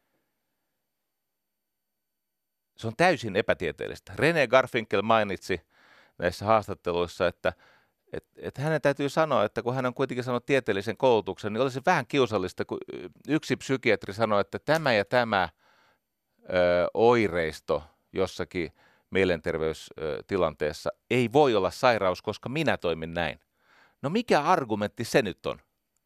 Se on täysin epätieteellistä. René Garfinkel mainitsi näissä haastatteluissa, että et, et hänen täytyy sanoa, että kun hän on kuitenkin sanonut tieteellisen koulutuksen, niin olisi vähän kiusallista, kun yksi psykiatri sanoi, että tämä ja tämä ö, oireisto jossakin mielenterveystilanteessa ei voi olla sairaus, koska minä toimin näin. No mikä argumentti se nyt on?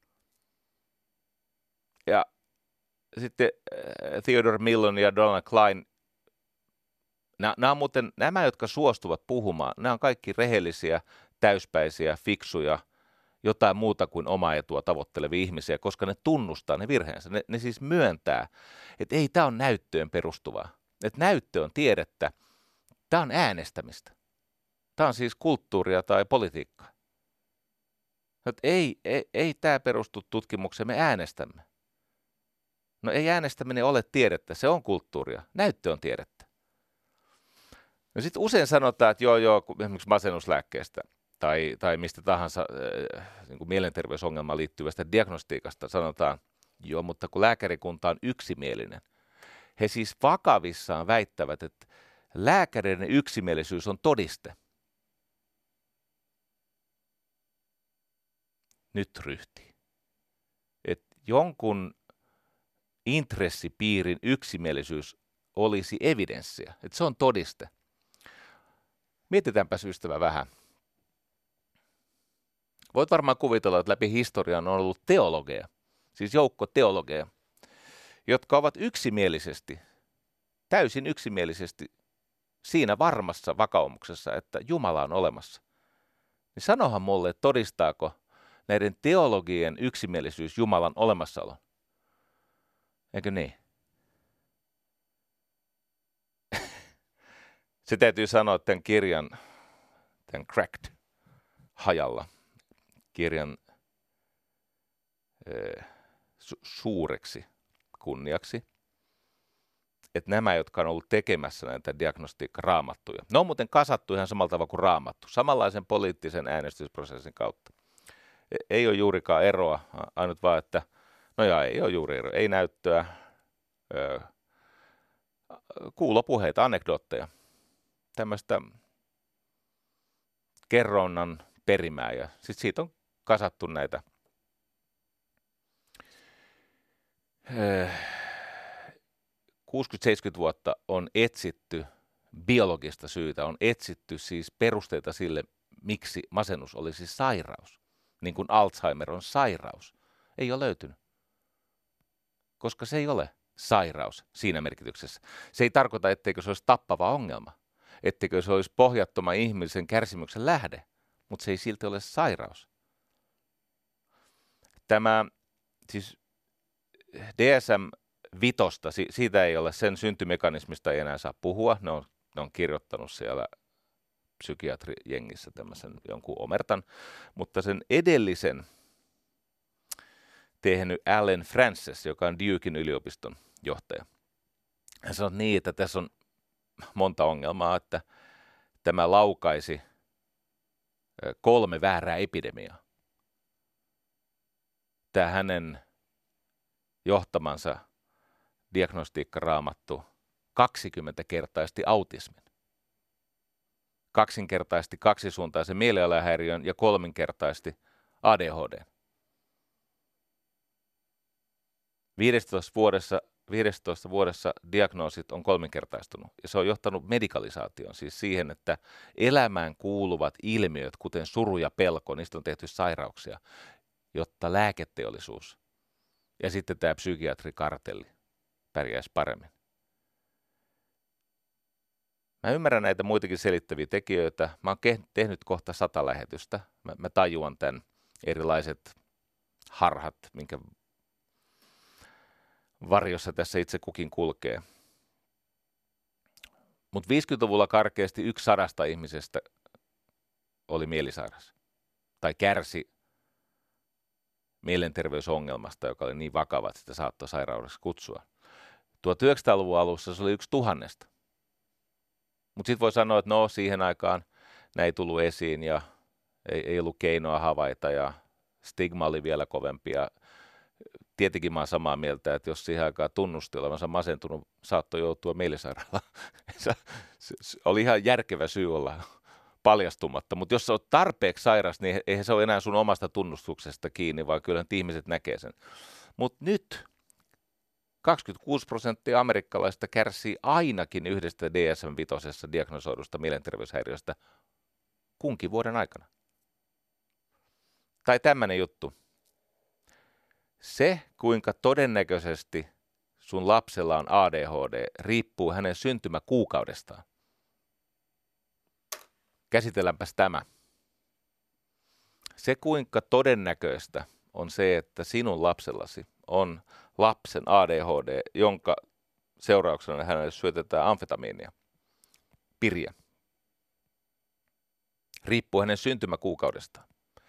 Ja sitten Theodore Millon ja Donald Klein, nämä, nämä, on muuten, nämä, jotka suostuvat puhumaan, nämä on kaikki rehellisiä, täyspäisiä, fiksuja, jotain muuta kuin omaa etua tavoittelevia ihmisiä, koska ne tunnustaa ne virheensä. Ne, ne siis myöntää, että ei tämä on näyttöön perustuvaa. Että näyttö on tiedettä. Tämä on äänestämistä. Tämä on siis kulttuuria tai politiikkaa. Että ei, ei, ei tämä perustu tutkimukseen, me äänestämme. No ei äänestäminen ole tiedettä, se on kulttuuria. Näyttö on tiedettä. No sitten usein sanotaan, että joo joo, esimerkiksi masennuslääkkeestä tai, tai mistä tahansa äh, niin kuin mielenterveysongelmaan liittyvästä diagnostiikasta sanotaan, joo, mutta kun lääkärikunta on yksimielinen. He siis vakavissaan väittävät, että lääkäreiden yksimielisyys on todiste. Nyt ryhti. Että jonkun intressipiirin yksimielisyys olisi evidenssiä, että se on todiste. Mietitäänpäs ystävä vähän. Voit varmaan kuvitella, että läpi historian on ollut teologeja, siis joukko teologeja, jotka ovat yksimielisesti, täysin yksimielisesti siinä varmassa vakaumuksessa, että Jumala on olemassa. Niin sanohan mulle, että todistaako näiden teologien yksimielisyys Jumalan olemassaolon? Eikö niin? Se täytyy sanoa tämän kirjan, tämän Cracked hajalla, kirjan äh, su- suureksi kunniaksi, että nämä, jotka on ollut tekemässä näitä diagnostiikkaraamattuja, ne on muuten kasattu ihan samalla tavalla kuin raamattu, samanlaisen poliittisen äänestysprosessin kautta. Ei ole juurikaan eroa, ainut vaan, että no jaa, ei ole juuri eroa, ei näyttöä, öö, kuulopuheita, anekdootteja, tämmöistä kerronnan perimää ja sitten siitä on kasattu näitä öö, kuusikymmentä seitsemänkymmentä vuotta on etsitty biologista syytä, on etsitty siis perusteita sille, miksi masennus olisi sairaus, niin kuin Alzheimer on sairaus. Ei ole löytynyt, koska se ei ole sairaus siinä merkityksessä. Se ei tarkoita, etteikö se olisi tappava ongelma, etteikö se olisi pohjattoman ihmisen kärsimyksen lähde, mutta se ei silti ole sairaus. Tämä siis D S M-vitosta, siitä ei ole, sen syntymekanismista ei enää saa puhua, ne on, ne on kirjoittanut siellä psykiatrijengissä tämmöisen jonkun omertan, mutta sen edellisen tehnyt Allen Frances, joka on Duken yliopiston johtaja. Hän sanoi niin, että tässä on monta ongelmaa, että tämä laukaisi kolme väärää epidemiaa. Tämä hänen johtamansa diagnostiikkaraamattu kaksikymmentäkertaisti autismin, kaksinkertaisti kaksisuuntaisen mielialahäiriön ja kolminkertaisti A D H D. viidessätoista vuodessa, viidessätoista vuodessa diagnoosit on kolminkertaistunut ja se on johtanut medikalisaatioon, siis siihen, että elämään kuuluvat ilmiöt, kuten suru ja pelko, niistä on tehty sairauksia, jotta lääketeollisuus ja sitten tämä psykiatrikartelli pärjäisi paremmin. Mä ymmärrän näitä muitakin selittäviä tekijöitä. Mä oon ke- tehnyt kohta sata lähetystä. Mä, mä tajuan tämän erilaiset harhat, minkä varjossa tässä itse kukin kulkee. Mutta viisikymmentäluvulla karkeasti yksi sadasta ihmisestä oli mielisairas tai kärsi mielenterveysongelmasta, joka oli niin vakava, että sitä saattoi sairaudeksi kutsua. tuhatyhdeksänsataaluvun alussa se oli yksi tuhannesta. Mutta sitten voi sanoa, että no siihen aikaan näin ei tullut esiin ja ei, ei ollut keinoa havaita ja stigma oli vielä kovempi. Ja tietenkin mä oon samaa mieltä, että jos siihen aikaan tunnusti olevansa masentunut, saattoi joutua mielisairaalaan. se, se, se oli ihan järkevä syy olla paljastumatta, mutta jos sä oot tarpeeksi sairas, niin eihän se ole enää sun omasta tunnustuksesta kiinni, vaan kyllä ihmiset näkee sen. Mutta nyt kaksikymmentäkuusi prosenttia amerikkalaisista kärsii ainakin yhdestä D S M viisi diagnosoidusta mielenterveyshäiriöstä kunkin vuoden aikana. Tai tämmöinen juttu. Se, kuinka todennäköisesti sun lapsella on A D H D, riippuu hänen syntymäkuukaudestaan. Käsitelläänpäs tämä. Se, kuinka todennäköistä on se, että sinun lapsellasi on lapsen A D H D, jonka seurauksena hänelle syötetään amfetamiinia, piriä. Riippuu hänen syntymäkuukaudestaan.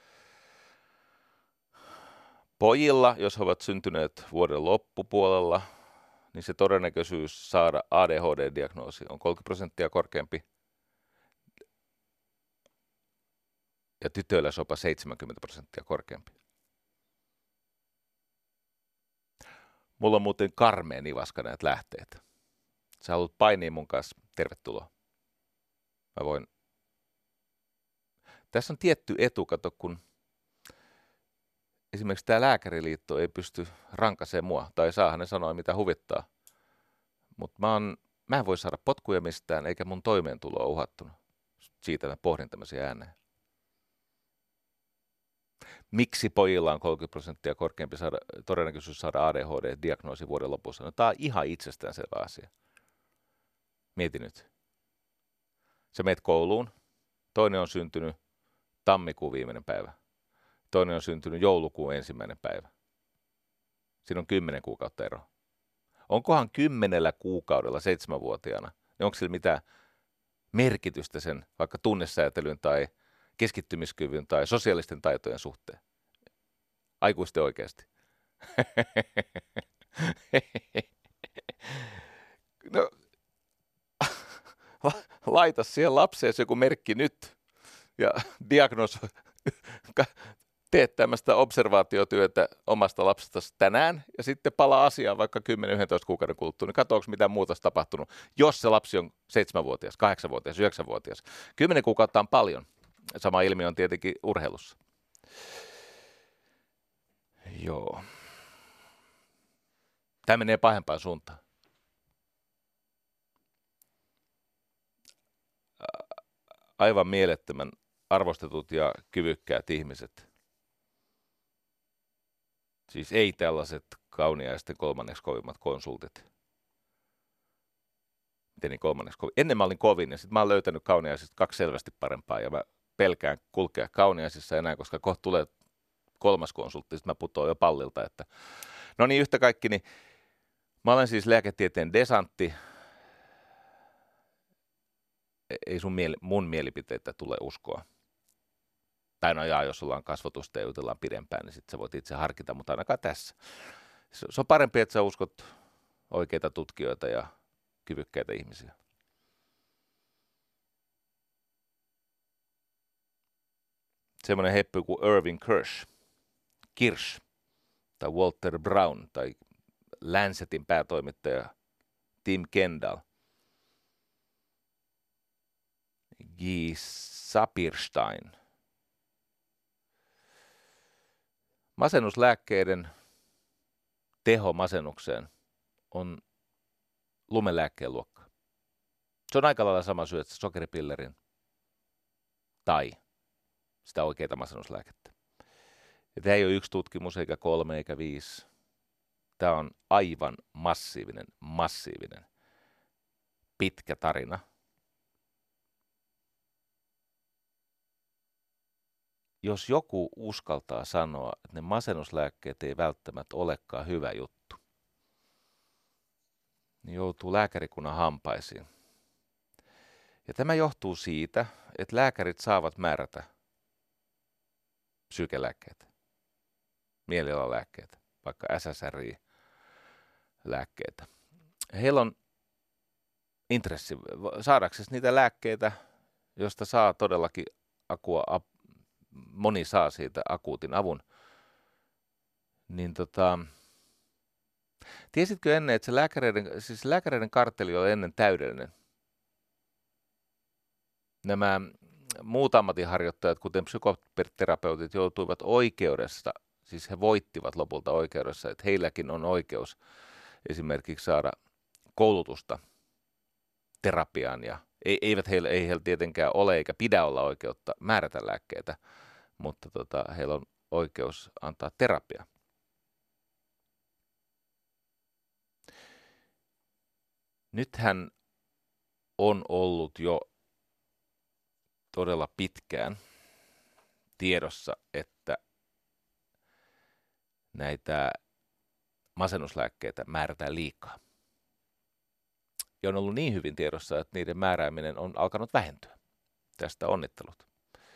Pojilla, jos he ovat syntyneet vuoden loppupuolella, niin se todennäköisyys saada A D H D-diagnoosi on kolmekymmentä prosenttia korkeampi. Ja tytöillä se on jopa seitsemänkymmentä prosenttia korkeampi. Mulla on muuten karmea nivaska näitä lähteitä. Sä haluat painia mun kanssa, tervetuloa. Mä voin. Tässä on tietty etu, kato, kun esimerkiksi tämä Lääkäriliitto ei pysty rankaseen mua, tai saa ne sanoa mitä huvittaa. Mutta mä, mä en voi saada potkuja mistään, eikä mun toimeentulo ole uhattuna. Siitä mä pohdin tämmöisiä ääneen. Miksi pojilla on kolmekymmentä prosenttia korkeampi saada, todennäköisyys saada A D H D-diagnoosi vuoden lopussa? No tää on ihan itsestäänselvä asia. Mieti nyt. Sä meet kouluun, toinen on syntynyt tammikuun viimeinen päivä. Toinen on syntynyt joulukuun ensimmäinen päivä. Siinä on kymmenen kuukautta ero. Onkohan kymmenellä kuukaudella seitsemänvuotiaana, niin onko sillä mitään merkitystä sen vaikka tunnesäätelyn tai keskittymiskyvyn tai sosiaalisten taitojen suhteen? Aikuisten oikeasti. No, laita siihen lapseen joku merkki nyt ja diagnosoi. Teet tämmöistä observaatiotyötä omasta lapsestasi tänään ja sitten palaa asiaan vaikka kymmenen yksitoista kuukauden kuluttua, niin katsoako mitä muuta on tapahtunut, jos se lapsi on seitsemänvuotias, kahdeksanvuotias, yhdeksänvuotias. Kymmenen kuukautta on paljon. Sama ilmiö on tietenkin urheilussa. Joo. Tämä menee pahempaan suuntaan. Aivan mielettömän arvostetut ja kyvykkäät ihmiset. Siis ei tällaiset kauniaisten kolmanneksi kovimmat konsultit. Miten niin kolmanneksi kovin? Ennen mä olin kovin ja sitten mä oon löytänyt kauniaisista kaksi selvästi parempaa ja mä pelkään kulkea kauniaisissa enää, koska kohta tulee kolmas konsultti, sitten mä putoan jo pallilta. Että... No niin, yhtä kaikki, niin mä olen siis lääketieteen desantti. Ei sun mieli, mun mielipiteitä tule uskoa. Tai no jaa, jos ollaan kasvatusta ja jutellaan pidempään, niin sitten sä voit itse harkita, mutta ainakaan tässä. Se on parempi, että sä uskot oikeita tutkijoita ja kyvykkäitä ihmisiä. semmoinen heppy kuin Irving Kirsch, Kirsch tai Walter Brown tai Lancetin päätoimittaja Tim Kendall, G. Sapirstein. Masennuslääkkeiden teho masennukseen on lumelääkkeen luokkaa. Se on aika lailla sama syöt sokeripillerin tai sitä oikeaa masennuslääkettä. Ja tämä ei ole yksi tutkimus, eikä kolme, eikä viisi. Tämä on aivan massiivinen, massiivinen, pitkä tarina. Jos joku uskaltaa sanoa, että ne masennuslääkkeet ei välttämättä olekaan hyvä juttu, niin joutuu lääkärikunnan hampaisiin. Ja tämä johtuu siitä, että lääkärit saavat määrätä psyykelääkkeitä, mielialalääkkeitä, vaikka S S R I-lääkkeitä. Heillä on intressi saadaksesi niitä lääkkeitä, joista saa todellakin akua, moni saa siitä akuutin avun. Niin tota, tiesitkö ennen, että se lääkäreiden, siis lääkäreiden kartteli oli ennen täydellinen? Nämä muut ammatinharjoittajat, kuten psykoterapeutit, joutuivat oikeudesta, siis he voittivat lopulta oikeudessa, että heilläkin on oikeus esimerkiksi saada koulutusta terapiaan. Ja eivät heillä, ei heillä tietenkään ole eikä pidä olla oikeutta määrätä lääkkeitä, mutta tota, heillä on oikeus antaa terapia. Nythän on ollut jo todella pitkään tiedossa, että näitä masennuslääkkeitä määrätään liikaa. Ja on ollut niin hyvin tiedossa, että niiden määrääminen on alkanut vähentyä. Tästä onnittelut.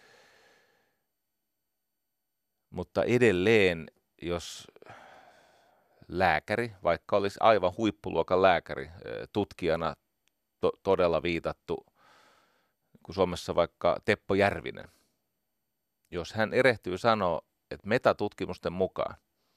Mutta edelleen, jos lääkäri, vaikka olisi aivan huippuluokan lääkäri, tutkijana to- todella viitattu, kun Suomessa vaikka Teppo Järvinen, jos hän erehtyy sanoa, että metatutkimusten mukaan,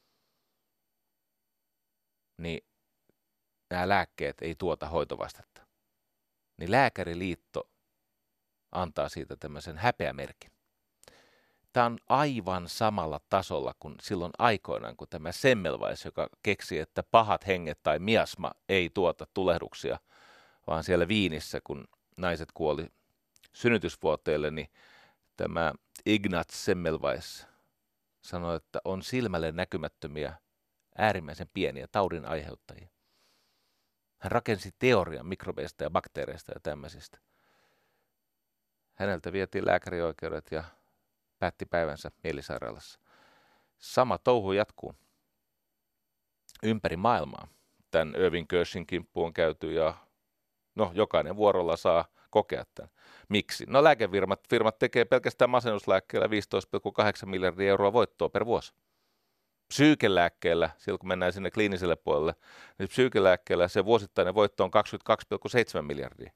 niin nämä lääkkeet ei tuota hoitovastetta, niin Lääkäriliitto antaa siitä tämmöisen häpeämerkin. Tämä on aivan samalla tasolla kuin silloin aikoinaan, kun tämä Semmelweis, joka keksi, että pahat henget tai miasma ei tuota tulehduksia, vaan siellä Viinissä, kun naiset kuoli synnytysvuoteelle, niin tämä Ignaz Semmelweis sanoi, että on silmälle näkymättömiä, äärimmäisen pieniä taudin aiheuttajia. Hän rakensi teorian mikrobeista ja bakteereista ja tämmöisistä. Häneltä vietiin lääkärioikeudet ja päätti päivänsä mielisairaalassa. Sama touhu jatkuu ympäri maailmaa. Tämän Irving Kirschin kimppu on käyty ja no, jokainen vuorolla saa kokea tämän. Miksi? No lääkefirmat firmat tekee pelkästään masennuslääkkeellä viisitoista pilkku kahdeksan miljardia euroa voittoa per vuosi. Psyykelääkkeellä, silloin kun mennään sinne kliiniselle puolelle, niin psyykelääkkeellä se vuosittainen voitto on kaksikymmentäkaksi pilkku seitsemän miljardia.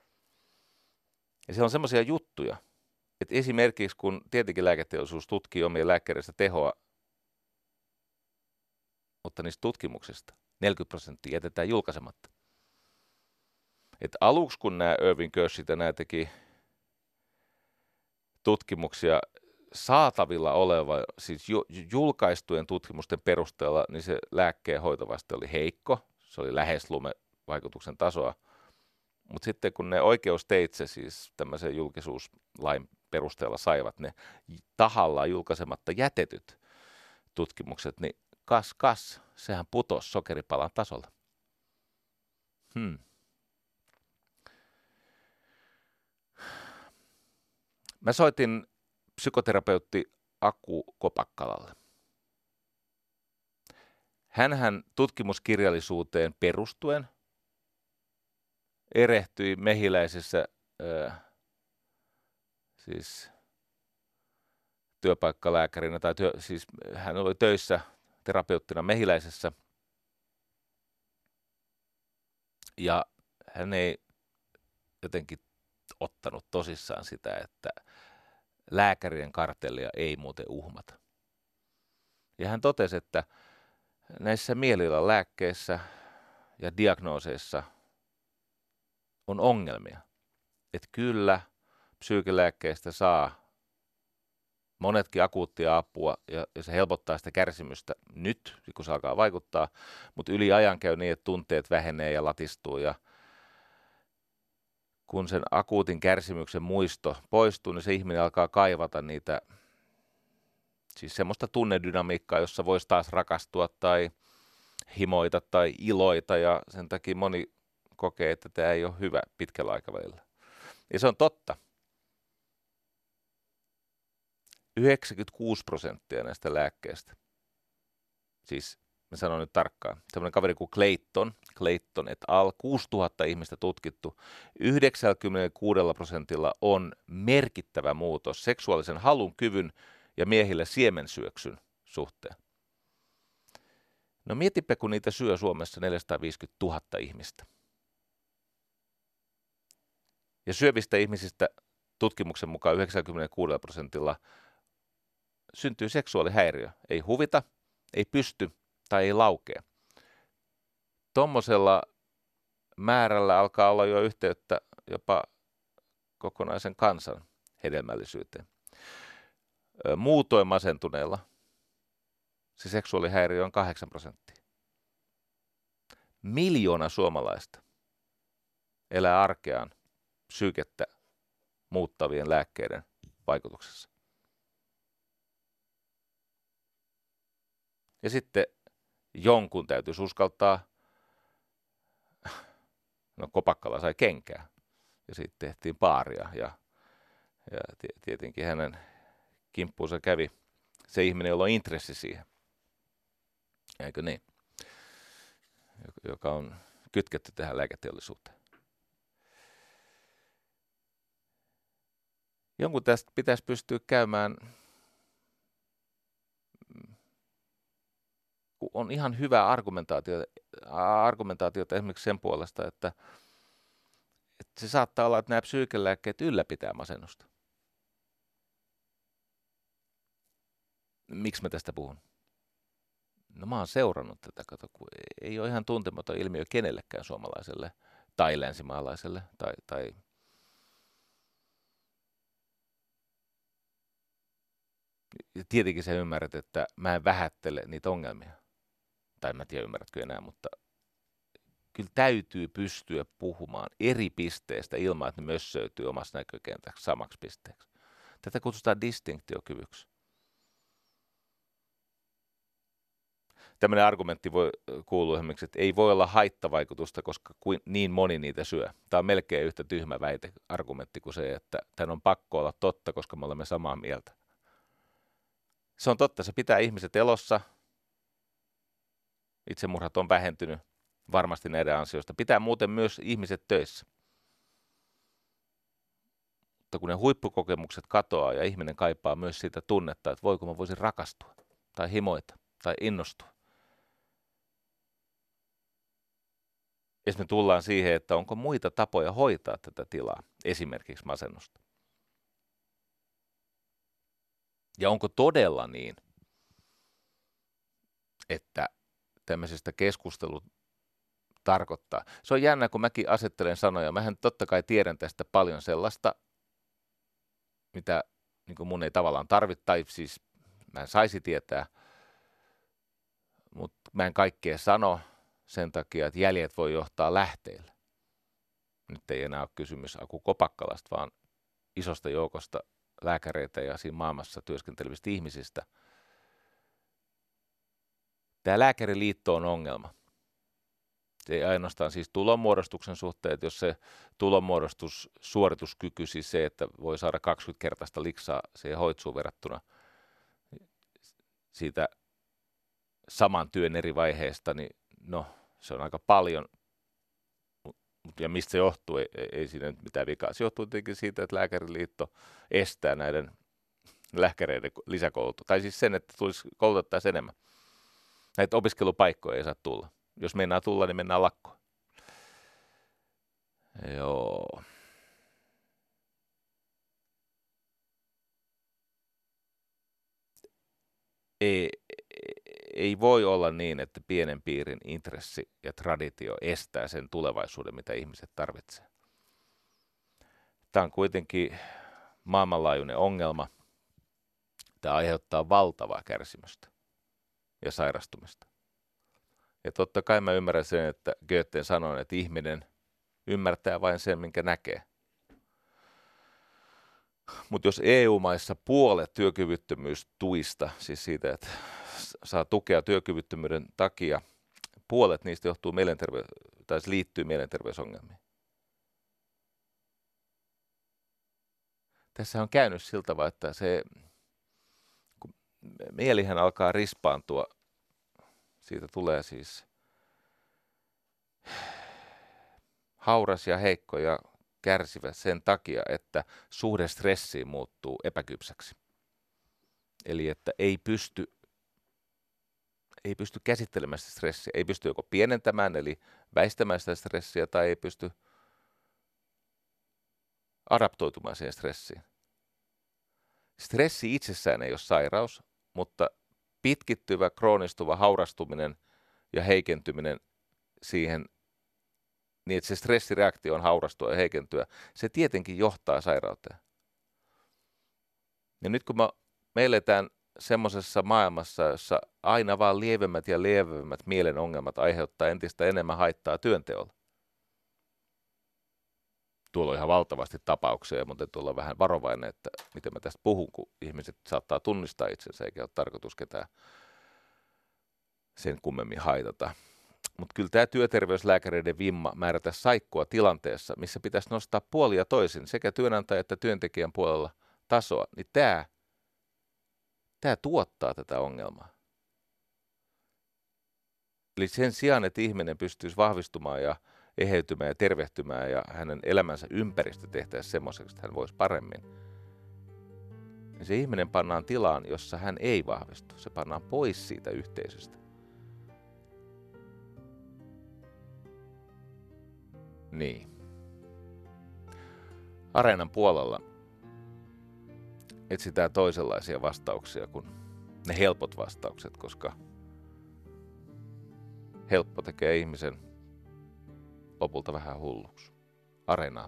Ja siellä on semmoisia juttuja, että esimerkiksi kun tietenkin lääketeollisuus tutkii omien lääkkeidensä tehoa, mutta niistä tutkimuksista neljäkymmentä prosenttia jätetään julkaisematta. Et aluksi kun nämä Irving Kirschit ja nämä teki tutkimuksia saatavilla oleva, siis ju, julkaistujen tutkimusten perusteella, niin se lääkkeen hoitovaste oli heikko, se oli lähes lumevaikutuksen tasoa. Mutta sitten kun ne oikeusteitse, siis tämmöisen julkisuuslain perusteella saivat ne tahallaan julkaisematta jätetyt tutkimukset, niin kas kas, sehän putosi sokeripalan tasolla. Hmm. Mä soitin psykoterapeutti Aku Kopakkalalle. Hänhän tutkimuskirjallisuuteen perustuen erehtyi Mehiläisessä äh, siis työpaikkalääkärinä, tai työ, siis hän oli töissä terapeuttina Mehiläisessä, ja hän ei jotenkin ottanut tosissaan sitä, että lääkärien kartellia ei muuten uhmata. Ja hän totesi, että näissä mielialan lääkkeissä ja diagnooseissa on ongelmia. Että kyllä psyykelääkkeistä saa monetkin akuuttia apua ja, ja se helpottaa sitä kärsimystä nyt, kun se alkaa vaikuttaa, mutta yli ajan käy niin, että tunteet vähenee ja latistuu ja kun sen akuutin kärsimyksen muisto poistuu, niin se ihminen alkaa kaivata niitä, siis semmoista tunnedynamiikkaa, jossa voisi taas rakastua tai himoita tai iloita ja sen takia moni kokee, että tämä ei ole hyvä pitkällä aikavälillä. Ja se on totta. yhdeksänkymmentäkuusi prosenttia näistä lääkkeistä, siis mä sanon nyt tarkkaan, semmoinen kaveri kuin Clayton, Clayton et al. kuusituhatta ihmistä tutkittu, yhdeksänkymmentäkuusi prosentilla on merkittävä muutos seksuaalisen halun, kyvyn ja miehille siemensyöksyn suhteen. No mietipä, kun niitä syö Suomessa neljäsataaviisikymmentätuhatta ihmistä. Ja syövistä ihmisistä tutkimuksen mukaan yhdeksänkymmentäkuusi prosentilla syntyy seksuaalihäiriö. Ei huvita, ei pysty tai ei laukea. Tuommoisella määrällä alkaa olla jo yhteyttä jopa kokonaisen kansan hedelmällisyyteen. Muutoin masentuneella se seksuaalihäiriö on kahdeksan prosenttia. Miljoona suomalaista elää arkeaan psyykettä muuttavien lääkkeiden vaikutuksessa. Ja sitten jonkun täytyisi uskaltaa, no Kopakkala sai kenkää ja sitten tehtiin paaria ja, ja tietenkin hänen kimppuunsa kävi se ihminen, jolla on intressi siihen. Eikö niin? Joka on kytketty tähän lääketeollisuuteen. Jonkun tästä pitäisi pystyä käymään, kun on ihan hyvää argumentaatiota, argumentaatiota esimerkiksi sen puolesta, että, että se saattaa olla, että nämä psyykelääkkeet ylläpitää masennusta. Miksi mä tästä puhun? No mä oon seurannut tätä, kato, kun ei ole ihan tuntematon ilmiö kenellekään suomalaiselle tai länsimaalaiselle tai, tai tietenkin sä ymmärrät, että mä en vähättele niitä ongelmia. Tai mä en tiedä, ymmärrätkö enää, mutta kyllä täytyy pystyä puhumaan eri pisteistä ilman, että ne mössöytyy omassa näkökentäksi samaksi pisteeksi. Tätä kutsutaan distinktiokyvyksi. Tämmöinen argumentti voi kuulua esimerkiksi, että ei voi olla haittavaikutusta, koska niin moni niitä syö. Tämä on melkein yhtä tyhmä väite, argumentti kuin se, että tämän on pakko olla totta, koska me olemme samaa mieltä. Se on totta, se pitää ihmiset elossa. Itsemurhat on vähentynyt varmasti näiden ansiosta. Pitää muuten myös ihmiset töissä. Mutta kun ne huippukokemukset katoaa ja ihminen kaipaa myös sitä tunnetta, että voiko mä voisin rakastua tai himoita tai innostua. Ja me tullaan siihen, että onko muita tapoja hoitaa tätä tilaa, esimerkiksi masennusta. Ja onko todella niin, että tämmöisestä keskustelut tarkoittaa. Se on jännä, kun mäkin asettelen sanoja. Mähän totta kai tiedän tästä paljon sellaista, mitä niin kuin mun ei tavallaan tarvitse, tai siis mä en saisi tietää, mutta mä en kaikkea sano sen takia, että jäljet voi johtaa lähteille. Nyt ei enää ole kysymys Aku Kopakkalasta, vaan isosta joukosta lääkäreitä ja siinä maailmassa työskentelevistä ihmisistä. Tämä lääkäriliitto on ongelma. Se ei ainoastaan siis tulonmuodostuksen suhteen, että jos se tulonmuodostus, suorituskyky, siis se, että voi saada kaksikymmentäkertaista liksaa siihen hoitsuun verrattuna siitä saman työn eri vaiheesta, niin no, se on aika paljon. Ja mistä se johtuu? Ei, ei siinä nyt mitään vikaa. Se johtuu tietenkin siitä, että lääkäriliitto estää näiden lääkäreiden lisäkoulutusta. Tai siis sen, että tulisi koulutettaisiin enemmän. Näitä opiskelupaikkoja ei saa tulla. Jos mennään tulla, niin mennään lakkoon. Joo. ei, ei voi olla niin, että pienen piirin intressi ja traditio estää sen tulevaisuuden, mitä ihmiset tarvitsee. Tämä on kuitenkin maailmanlaajuinen ongelma. Tämä aiheuttaa valtavaa kärsimystä ja sairastumista. Ja totta kai mä ymmärrän sen, että Goethe sanoi, että ihminen ymmärtää vain sen, minkä näkee. Mutta jos E U-maissa puolet työkyvyttömyystuista, siis siitä, että saa tukea työkyvyttömyyden takia, puolet niistä johtuu mielenterve- tai liittyy mielenterveysongelmiin. Tässä on käynyt sillä tavalla, että se kun mielihän alkaa rispaantua, siitä tulee siis hauras ja heikko ja kärsivä sen takia, että suhde stressiin muuttuu epäkypsäksi. Eli että ei pysty, ei pysty käsittelemään sitä stressiä, ei pysty joko pienentämään, eli väistämään sitä stressiä, tai ei pysty adaptoitumaan siihen stressiin. Stressi itsessään ei ole sairaus, mutta pitkittyvä, kroonistuva haurastuminen ja heikentyminen siihen, niin että se stressireaktio on haurastua ja heikentyä, se tietenkin johtaa sairauteen. Ja nyt kun me, me eletään semmoisessa maailmassa, jossa aina vaan lievemmät ja lievemmät mielen ongelmat aiheuttaa entistä enemmän haittaa työnteolla. Tuolla on ihan valtavasti tapauksia, mutta tuolla on vähän varovainen, että miten mä tästä puhun, kun ihmiset saattaa tunnistaa itsensä, eikä ole tarkoitus ketään sen kummemmin haitata. Mutta kyllä tämä työterveyslääkäreiden vimma määrätä saikkua tilanteessa, missä pitäisi nostaa puolia toisin sekä työnantaja että työntekijän puolella tasoa, niin tämä, tämä tuottaa tätä ongelmaa. Eli sen sijaan, että ihminen pystyisi vahvistumaan ja eheytymään ja tervehtymään ja hänen elämänsä ympäristö tehtäisiin semmoiseksi, että hän voisi paremmin, niin se ihminen pannaan tilaan, jossa hän ei vahvistu. Se pannaan pois siitä yhteisöstä. Niin. Areenan puolella etsitään toisenlaisia vastauksia kuin ne helpot vastaukset, koska helppo tekee ihmisen lopulta vähän hulluksi. Areenaa.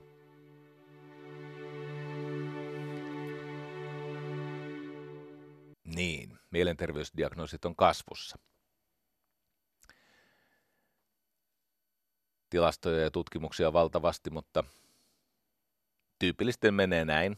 Niin, mielenterveysdiagnoosit on kasvussa. Tilastoja ja tutkimuksia valtavasti, mutta tyypillisesti menee näin,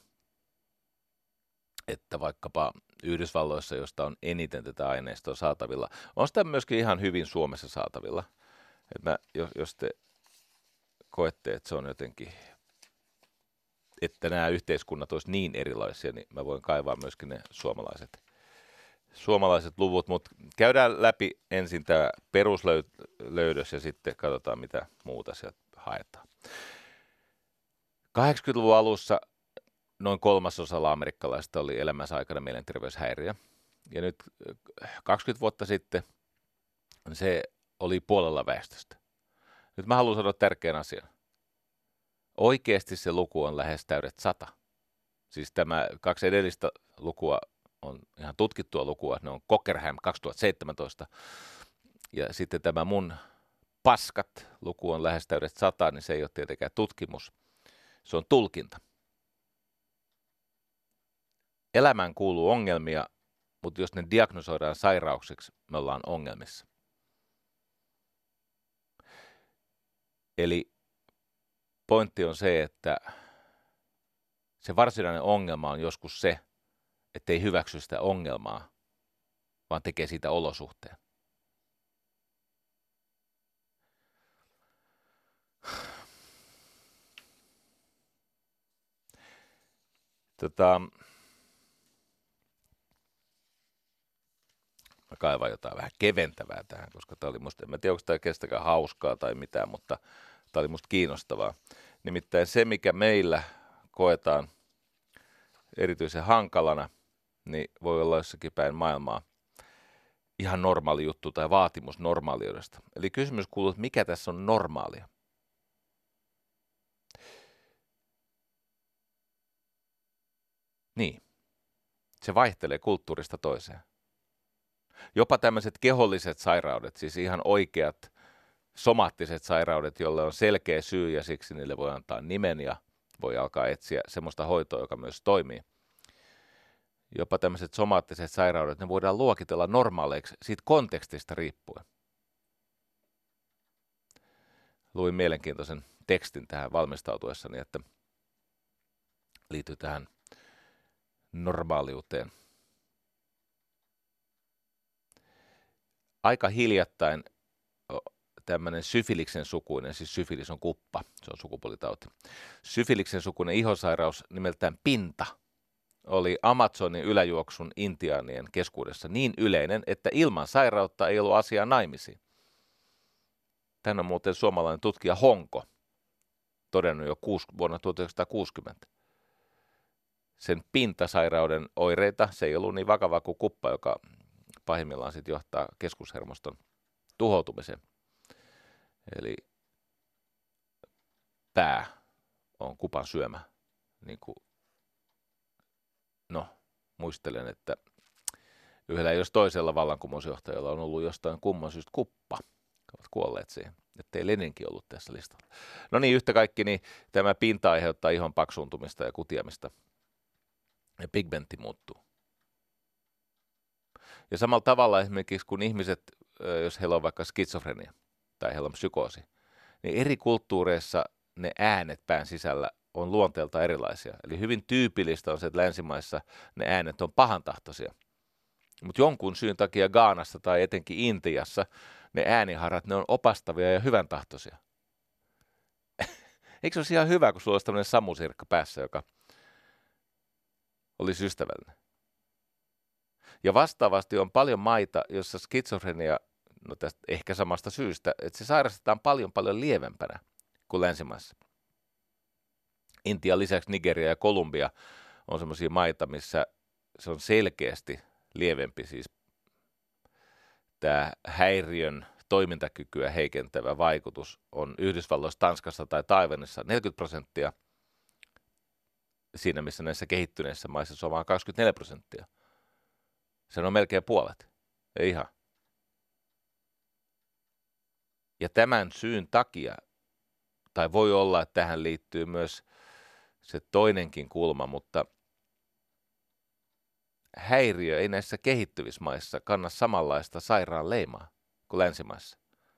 että vaikkapa Yhdysvalloissa, josta on eniten tätä aineistoa saatavilla, on sitä myöskin ihan hyvin Suomessa saatavilla. Että mä, jos te koette, että se on jotenkin, että nämä yhteiskunnat olisi niin erilaisia, niin mä voin kaivaa myöskin ne suomalaiset, suomalaiset luvut, mutta käydään läpi ensin tämä peruslöydös ja sitten katsotaan, mitä muuta sieltä haetaan. kahdeksankymmentäluvun alussa noin kolmasosalla amerikkalaisista oli elämänsä aikana mielenterveyshäiriö. Ja nyt kaksikymmentä vuotta sitten se oli puolella väestöstä. Nyt mä haluan sanoa tärkeän asian. Oikeasti se luku on lähes täydet sata. Siis tämä kaksi edellistä lukua on ihan tutkittua lukua. Ne on Cockerham kaksituhattaseitsemäntoista. Ja sitten tämä mun paskat luku on lähes täydet sata, niin se ei ole tietenkään tutkimus. Se on tulkinta. Elämään kuuluu ongelmia, mutta jos ne diagnosoidaan sairauksiksi, me ollaan ongelmissa. Eli pointti on se, että se varsinainen ongelma on joskus se, että ei hyväksy sitä ongelmaa, vaan tekee siitä olosuhteen. Tota, mä kaivan jotain vähän keventävää tähän, koska tämä oli musta, en mä tiedä, onko tämä kestäkään hauskaa tai mitään, mutta tämä oli musta kiinnostavaa. Nimittäin se, mikä meillä koetaan erityisen hankalana, niin voi olla jossakin päin maailmaa ihan normaali juttu tai vaatimus normaaliudesta. Eli kysymys kuuluu, että mikä tässä on normaalia? Niin, se vaihtelee kulttuurista toiseen. Jopa tämmöiset keholliset sairaudet, siis ihan oikeat somaattiset sairaudet, joille on selkeä syy ja siksi niille voi antaa nimen ja voi alkaa etsiä semmoista hoitoa, joka myös toimii. Jopa tämmöiset somaattiset sairaudet, ne voidaan luokitella normaaleiksi siitä kontekstista riippuen. Luin mielenkiintoisen tekstin tähän valmistautuessani, että liittyy tähän normaaliuteen. Aika hiljattain tämmöinen syfiliksen sukuinen, siis syfilis on kuppa, se on sukupuolitauti. Syfiliksen sukuinen ihosairaus nimeltään pinta oli Amazonin yläjuoksun intiaanien keskuudessa niin yleinen, että ilman sairautta ei ollut asiaa naimisiin. Tän on muuten suomalainen tutkija Honko todennut jo vuonna tuhatyhdeksänsataakuusikymmentä. Sen pintasairauden oireita, se ei ollut niin vakava kuin kuppa, joka pahimmillaan sitten johtaa keskushermoston tuhoutumiseen. Eli pää on kupan syömä. Niin kuin, no, muistelen, että yhdellä jos toisella vallankumousjohtajalla on ollut jostain kumman syystä kuppa. Ovat kuolleet siihen, ettei Leninkin ollut tässä listalla. No niin, yhtä kaikki, niin tämä pinta aiheuttaa ihon paksuuntumista ja kutiamista. Ja pigmentti muuttuu. Ja samalla tavalla esimerkiksi kun ihmiset, jos heillä on vaikka skitsofrenia tai heillä on psykoosi, niin eri kulttuureissa ne äänet pään sisällä on luonteelta erilaisia. Eli hyvin tyypillistä on se, että länsimaissa ne äänet on pahantahtoisia. Mutta jonkun syyn takia Ghanassa tai etenkin Intiassa ne ääniharat, ne on opastavia ja hyvän tahtoisia. Eikö se olisi ihan hyvä, kun sulla olisi tämmöinen samusirkka päässä, joka olisi ystävällinen? Ja vastaavasti on paljon maita, jossa skitsofrenia, no tästä ehkä samasta syystä, että se sairastetaan paljon paljon lievempänä kuin länsimaissa. Intian lisäksi Nigeria ja Kolumbia on semmoisia maita, missä se on selkeästi lievempi, siis tämä häiriön toimintakykyä heikentävä vaikutus on Yhdysvalloissa, Tanskassa tai Taiwanissa neljäkymmentä prosenttia, siinä missä näissä kehittyneissä maissa se on vain kaksikymmentäneljä prosenttia. Se on melkein puolet, ei ihan. Ja tämän syyn takia, tai voi olla, että tähän liittyy myös se toinenkin kulma, mutta häiriö ei näissä kehittyvissä maissa kanna samanlaista sairaan leimaa kuin länsimaissa.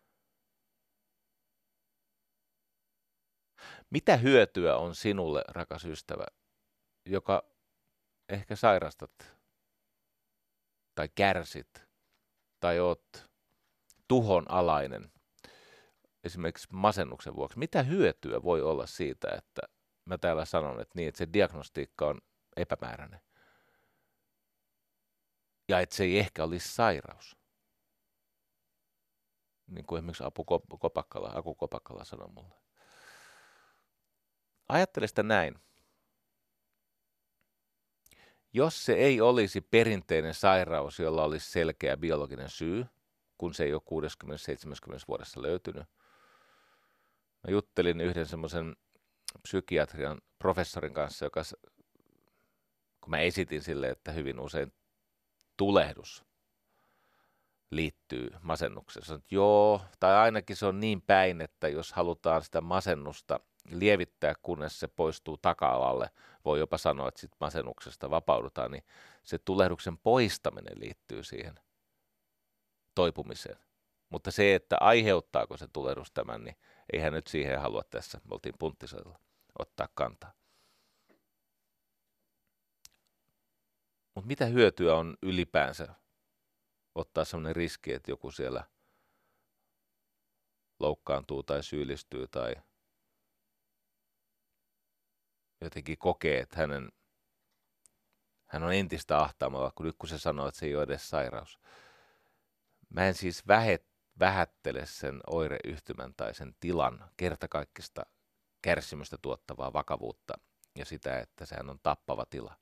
Mitä hyötyä on sinulle, rakas ystävä, joka ehkä sairastat tai kärsit tai oot tuhon alainen esimerkiksi masennuksen vuoksi? Mitä hyötyä voi olla siitä, että mä täällä sanon, että, niin, että se diagnostiikka on epämääräinen ja että se ei ehkä olisi sairaus? Niin kuin esimerkiksi Apu Kopakkala, Aku Kopakkala sanoi mulle. Ajattele sitä näin. Jos se ei olisi perinteinen sairaus, jolla olisi selkeä biologinen syy, kun se ei ole kuusikymmentä seitsemänkymmentä vuodessa löytynyt. Mä juttelin yhden semmoisen psykiatrian professorin kanssa, joka, kun mä esitin sille, että hyvin usein tulehdus liittyy masennukseen. Sanoin, että joo, tai ainakin se on niin päin, että jos halutaan sitä masennusta lievittää, kunnes se poistuu taka-alalle, voi jopa sanoa, että sitten masennuksesta vapaudutaan, niin se tulehduksen poistaminen liittyy siihen toipumiseen. Mutta se, että aiheuttaako se tulehdus tämän, niin eihän nyt siihen halua tässä, me oltiin punttisella, ottaa kantaa. Mutta mitä hyötyä on ylipäänsä ottaa sellainen riski, että joku siellä loukkaantuu tai syyllistyy tai jotenkin kokee, että hänen, hän on entistä ahtaamalla, kun nyt kun se sanoo, että se ei ole edes sairaus. Mä en siis vähet, vähättele sen oireyhtymän tai sen tilan kertakaikkista kärsimystä tuottavaa vakavuutta ja sitä, että sehän on tappava tila.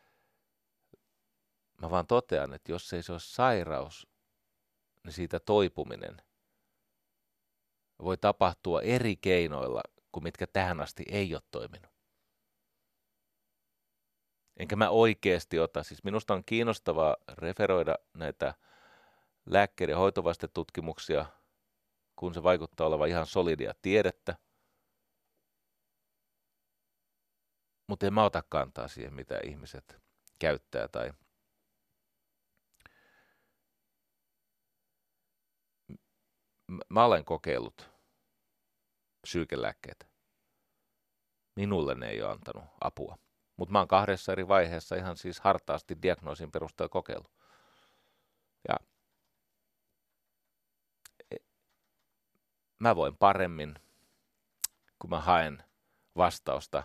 Mä vaan totean, että jos ei se ole sairaus, niin siitä toipuminen voi tapahtua eri keinoilla kuin mitkä tähän asti ei ole toiminut. Enkä mä oikeasti ota, siis minusta on kiinnostavaa referoida näitä lääkkeiden hoitovastetutkimuksia, kun se vaikuttaa olevan ihan solidia tiedettä. Mutta en mä ota kantaa siihen, mitä ihmiset käyttää tai mä olen kokeillut psyykelääkkeitä. Minulle ne ei ole antanut apua. Mutta mä oon kahdessa eri vaiheessa ihan siis hartaasti diagnoosin perusteella kokeillut. Ja mä voin paremmin, kun mä haen vastausta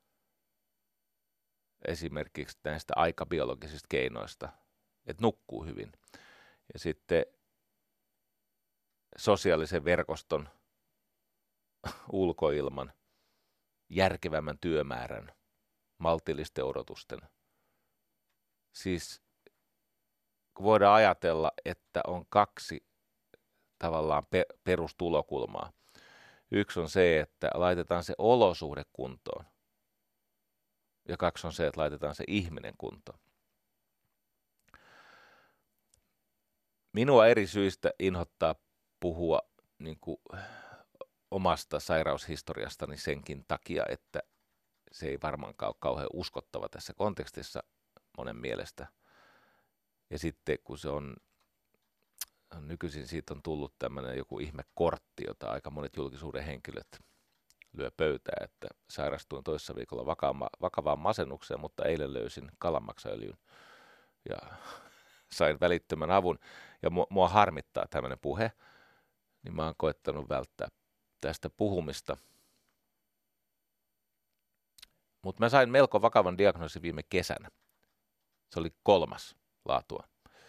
esimerkiksi näistä aikabiologisista keinoista, että nukkuu hyvin. Ja sitten sosiaalisen verkoston, ulkoilman, järkevämmän työmäärän, maltillisten odotusten. Siis kun voidaan ajatella, että on kaksi tavallaan pe- perustulokulmaa. Yksi on se, että laitetaan se olosuhde kuntoon. Ja kaksi on se, että laitetaan se ihminen kuntoon. Minua eri syistä inhottaa puhua niin kuin omasta sairaushistoriastani senkin takia, että se ei varmaankaan ole kauhean uskottava tässä kontekstissa monen mielestä. Ja sitten kun se on, nykyisin siitä on tullut tämmöinen joku ihmekortti, jota aika monet julkisuuden henkilöt lyö pöytää, että sairastuin toissa viikolla vakava, vakavaan masennukseen, mutta eilen löysin kalanmaksaöljyn ja sain välittömän avun. Ja mua, mua harmittaa tämmöinen puhe, niin mä oon koettanut välttää tästä puhumista. Mutta mä sain melko vakavan diagnoosin viime kesänä. Se oli kolmas laatua.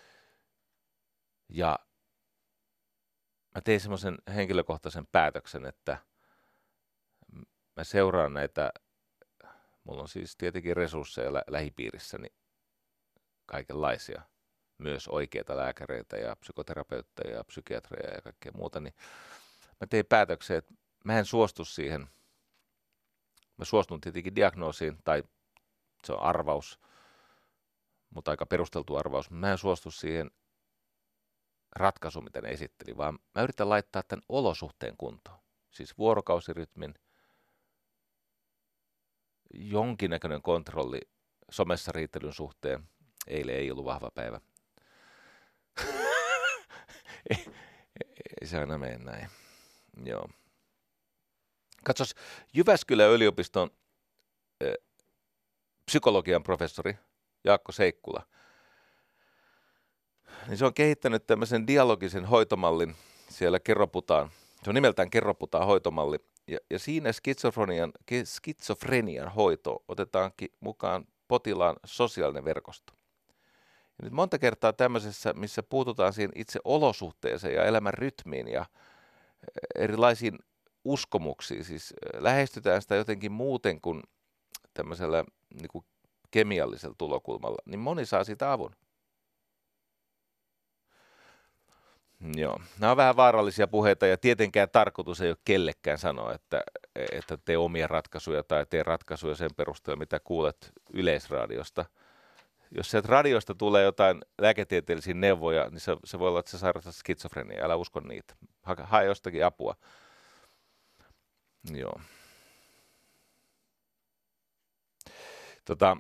Ja mä tein semmoisen henkilökohtaisen päätöksen, että mä seuraan näitä, mulla on siis tietenkin resursseja lä- lähipiirissäni kaikenlaisia, myös oikeita lääkäreitä ja psykoterapeutteja ja psykiatreja ja kaikkea muuta, niin mä tein päätöksen, että mä en suostu siihen. Mä suostun tietenkin diagnoosiin, tai se on arvaus, mutta aika perusteltu arvaus. Mä en suostu siihen ratkaisuun, mitä ne esitteli, vaan mä yritän laittaa tämän olosuhteen kuntoon. Siis vuorokausirytmin, jonkinnäköinen kontrolli somessa riitelyn suhteen. Eilen ei ollut vahva päivä. ei, ei se aina mene näin. Joo. Katsos, Jyväskylän yliopiston äh, psykologian professori Jaakko Seikkula, niin se on kehittänyt tämmöisen dialogisen hoitomallin siellä Kerroputaan. Se on nimeltään Kerroputaan hoitomalli. Ja, ja siinä skitsofrenian, skitsofrenian hoito otetaankin mukaan potilaan sosiaalinen verkosto. Ja nyt monta kertaa tämmöisessä, missä puututaan siihen itse olosuhteeseen ja elämän rytmiin ja erilaisiin uskomuksiin, siis lähestytään sitä jotenkin muuten kuin tämmöisellä niin kuin kemiallisella tulokulmalla, niin moni saa siitä avun. Joo, nämä on vähän vaarallisia puheita ja tietenkään tarkoitus ei ole kellekään sanoa, että, että tee omia ratkaisuja tai tee ratkaisuja sen perusteella, mitä kuulet Yleisradiosta. Jos sieltä radiosta tulee jotain lääketieteellisiä neuvoja, niin se, se voi olla, että sä sairastat skitsofreniaa, älä usko niitä. Ha, hae jostakin apua. Joo. Tota,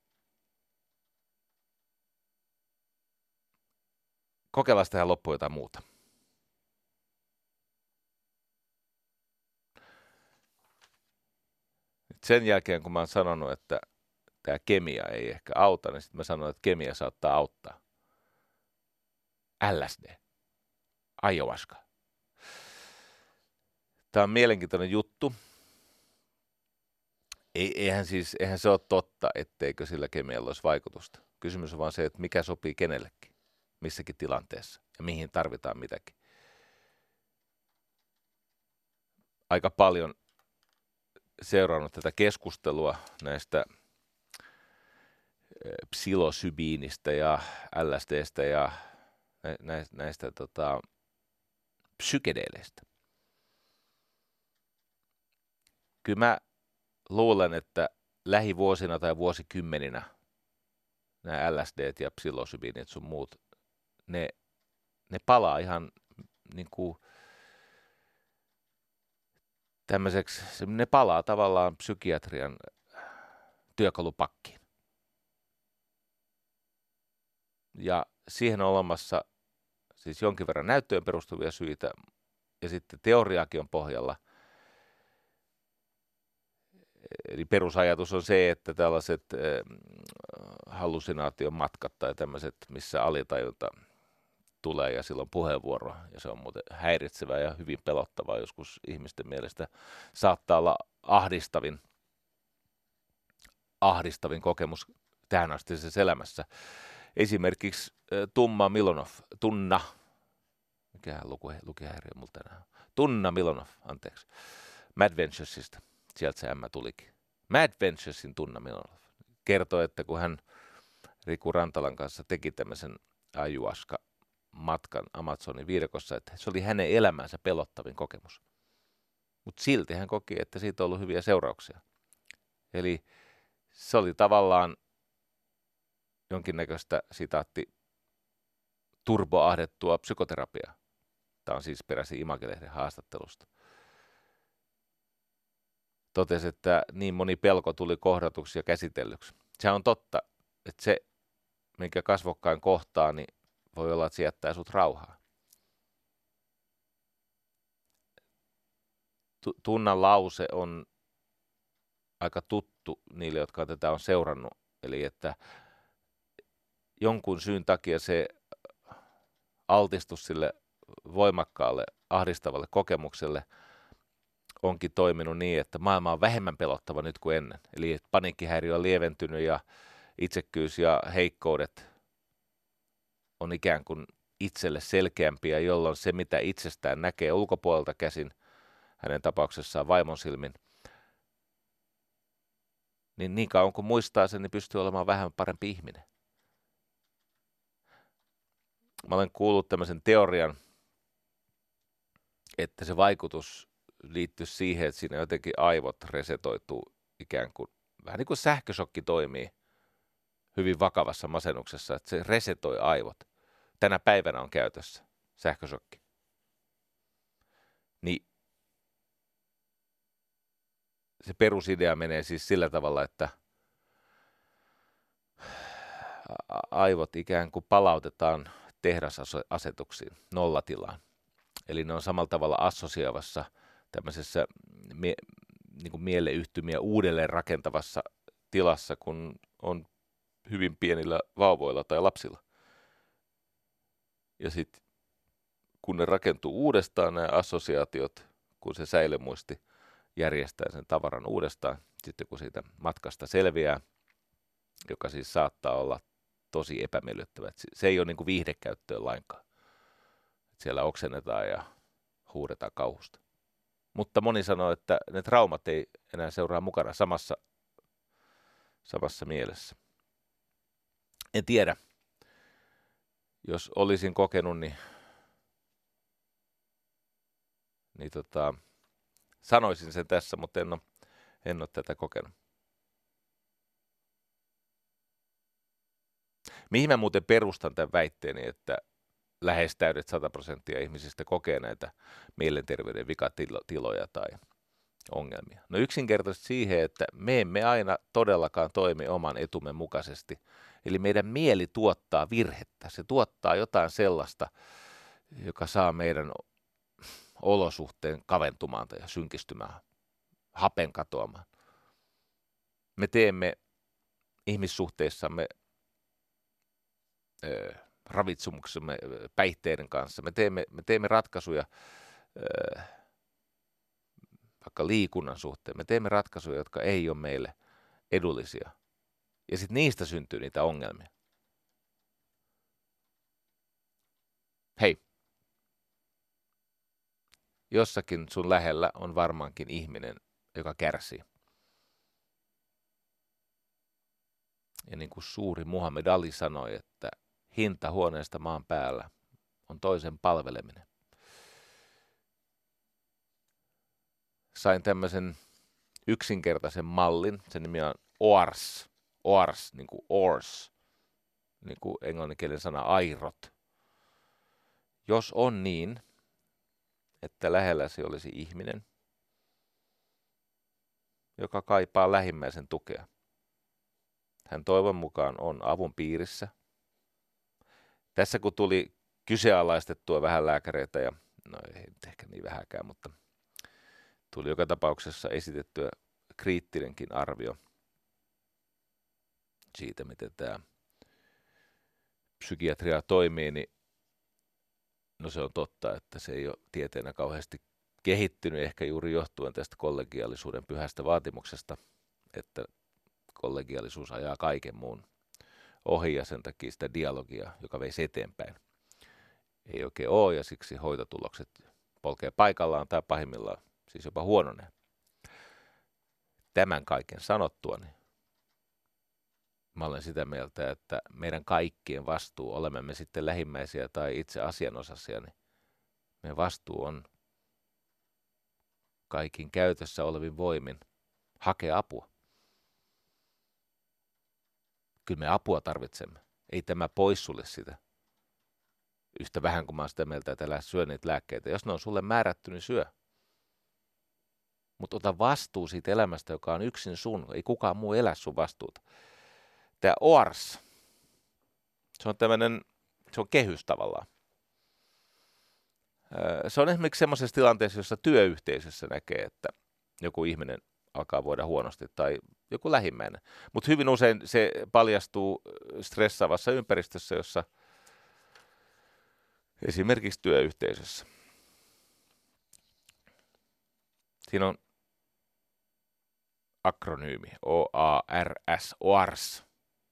kokeillaan tähän loppuun jotain muuta. Sen jälkeen, kun mä oon sanonut, että tämä kemia ei ehkä auta, niin sitten mä sanon, että kemia saattaa auttaa. L S D. Ayahuasca. Tämä on mielenkiintoinen juttu. Ei, eihän, siis, eihän se ole totta, etteikö sillä kemialla olisi vaikutusta. Kysymys on vaan se, että mikä sopii kenellekin, missäkin tilanteessa ja mihin tarvitaan mitäkin. Aika paljon seurannut tätä keskustelua näistä psilosybiinistä ja L S D:stä ja näistä, näistä tota, psykedeeleistä. Kyllä mä luulen, että lähivuosina tai vuosikymmeninä nämä L S D:t ja psilosybiinit sun muut, ne, ne palaa ihan niin kuin tämmöiseksi, ne palaa tavallaan psykiatrian työkalupakkiin. Ja siihen on olemassa siis jonkin verran näyttöön perustuvia syitä, ja sitten teoriaakin on pohjalla. Eli perusajatus on se, että tällaiset äh, hallusinaation matkat tai tämmöiset, missä alitajunta tulee ja silloin puheenvuoro, ja se on muuten häiritsevää ja hyvin pelottavaa joskus ihmisten mielestä, saattaa olla ahdistavin, ahdistavin kokemus tähän astisessa elämässä. Esimerkiksi äh, Tumma Milonov, Tunna, mikähän luku, lukihäiriö multa enää, Tunna Milonov, anteeksi, Mad Venturesista, sieltä se ämmä tulikin. Mad Venturesin Tunna Milonov kertoi, että kun hän Riku Rantalan kanssa teki tämmöisen ayahuasca-matkan Amazonin viidakossa, että se oli hänen elämänsä pelottavin kokemus. Mutta silti hän koki, että siitä on ollut hyviä seurauksia. Eli se oli tavallaan jonkinnäköistä, sitaatti, turboahdettua psykoterapiaa. Tämä on siis peräisin Image-lehden haastattelusta. Totesi, että niin moni pelko tuli kohdatuksi ja käsitellyksi. Se on totta, että se, minkä kasvokkain kohtaa, niin voi olla, että se jättää sut rauhaa. Tunnan lause on aika tuttu niille, jotka tätä on seurannut. Eli että jonkun syyn takia se altistus sille voimakkaalle, ahdistavalle kokemukselle onkin toiminut niin, että maailma on vähemmän pelottava nyt kuin ennen. Eli paniikkihäiriö on lieventynyt ja itsekkyys ja heikkoudet on ikään kuin itselle selkeämpiä, jolloin se, mitä itsestään näkee ulkopuolelta käsin, hänen tapauksessaan vaimon silmin, niin niin kauan kun muistaa sen, niin pystyy olemaan vähän parempi ihminen. Mä olen kuullut tämmöisen teorian, että se vaikutus liittyy siihen, että siinä jotenkin aivot resetoituu ikään kuin, vähän niin kuin sähkösokki toimii hyvin vakavassa masennuksessa, että se resetoi aivot. Tänä päivänä on käytössä sähkösokki. Niin se perusidea menee siis sillä tavalla, että aivot ikään kuin palautetaan tehdasasetuksiin, nollatilaan. Eli ne on samalla tavalla assosioivassa tämmöisessä mie- niin kuin mieleyhtymiä uudelleen rakentavassa tilassa, kun on hyvin pienillä vauvoilla tai lapsilla. Ja sitten kun ne rakentuu uudestaan nämä assosiaatiot, kun se säilömuisti järjestää sen tavaran uudestaan, sitten kun siitä matkasta selviää, joka siis saattaa olla tosi epämiellyttävä. Se ei ole niin kuin viihdekäyttöön lainkaan. Siellä oksennetaan ja huudetaan kauhusta. Mutta moni sanoo, että ne traumat ei enää seuraa mukana samassa, samassa mielessä. En tiedä. Jos olisin kokenut, niin, niin tota, sanoisin sen tässä, mutta en ole, en ole tätä kokenut. Mihin mä muuten perustan tämän väitteeni, että lähes täydet sata prosenttia ihmisistä kokee näitä mielenterveyden vikatiloja tai ongelmia? No yksinkertaisesti siihen, että me emme aina todellakaan toimi oman etumme mukaisesti. Eli meidän mieli tuottaa virhettä. Se tuottaa jotain sellaista, joka saa meidän olosuhteen kaventumaan tai synkistymään, hapen katoamaan. Me teemme ihmissuhteissamme ö, ravitsumuksemme, päihteiden kanssa. Me teemme, me teemme ratkaisuja ö, vaikka liikunnan suhteen. Me teemme ratkaisuja, jotka ei ole meille edullisia. Ja sitten niistä syntyy niitä ongelmia. Hei, jossakin sun lähellä on varmaankin ihminen, joka kärsii. Ja niin kuin suuri Muhammed Ali sanoi, että hinta huoneesta maan päällä on toisen palveleminen. Sain tämmöisen yksinkertaisen mallin, sen nimi on O A R S. O A R S, niin kuin O A R S, niin kuin englanninkielinen sana airot. Jos on niin, että lähelläsi olisi ihminen, joka kaipaa lähimmäisen tukea. Hän toivon mukaan on avun piirissä. Tässä kun tuli kyseenalaistettua vähän lääkäreitä, ja no ei nyt ehkä niin vähäkään, mutta tuli joka tapauksessa esitettyä kriittinenkin arvio siitä, miten tämä psykiatria toimii, niin no se on totta, että se ei ole tieteenä kauheasti kehittynyt, ehkä juuri johtuen tästä kollegiaalisuuden pyhästä vaatimuksesta, että kollegiaalisuus ajaa kaiken muun ohi ja sen takia sitä dialogia, joka veisi eteenpäin, ei oikein ole ja siksi hoitotulokset polkee paikallaan tai pahimmillaan siis jopa huononee. Tämän kaiken sanottua, niin mä olen sitä mieltä, että meidän kaikkien vastuu, olemme me sitten lähimmäisiä tai itse asianosaisia, niin meidän vastuu on kaikin käytössä olevin voimin hakea apua. Kyllä me apua tarvitsemme. Ei tämä poissulje sitä. Yhtä vähän kuin mä oon sitä mieltä, että älä syö niitä lääkkeitä. Jos ne on sulle määrätty, niin syö. Mutta ota vastuu siitä elämästä, joka on yksin sun. Ei kukaan muu elä sun vastuuta. Tämä O A R S, se on tämmöinen, se on kehys tavallaan. Se on esimerkiksi semmoisessa tilanteessa, jossa työyhteisössä näkee, että joku ihminen alkaa voida huonosti tai joku lähimmäinen. Mutta hyvin usein se paljastuu stressaavassa ympäristössä, jossa esimerkiksi työyhteisössä. Siinä on akronyymi O A R S, O A R S.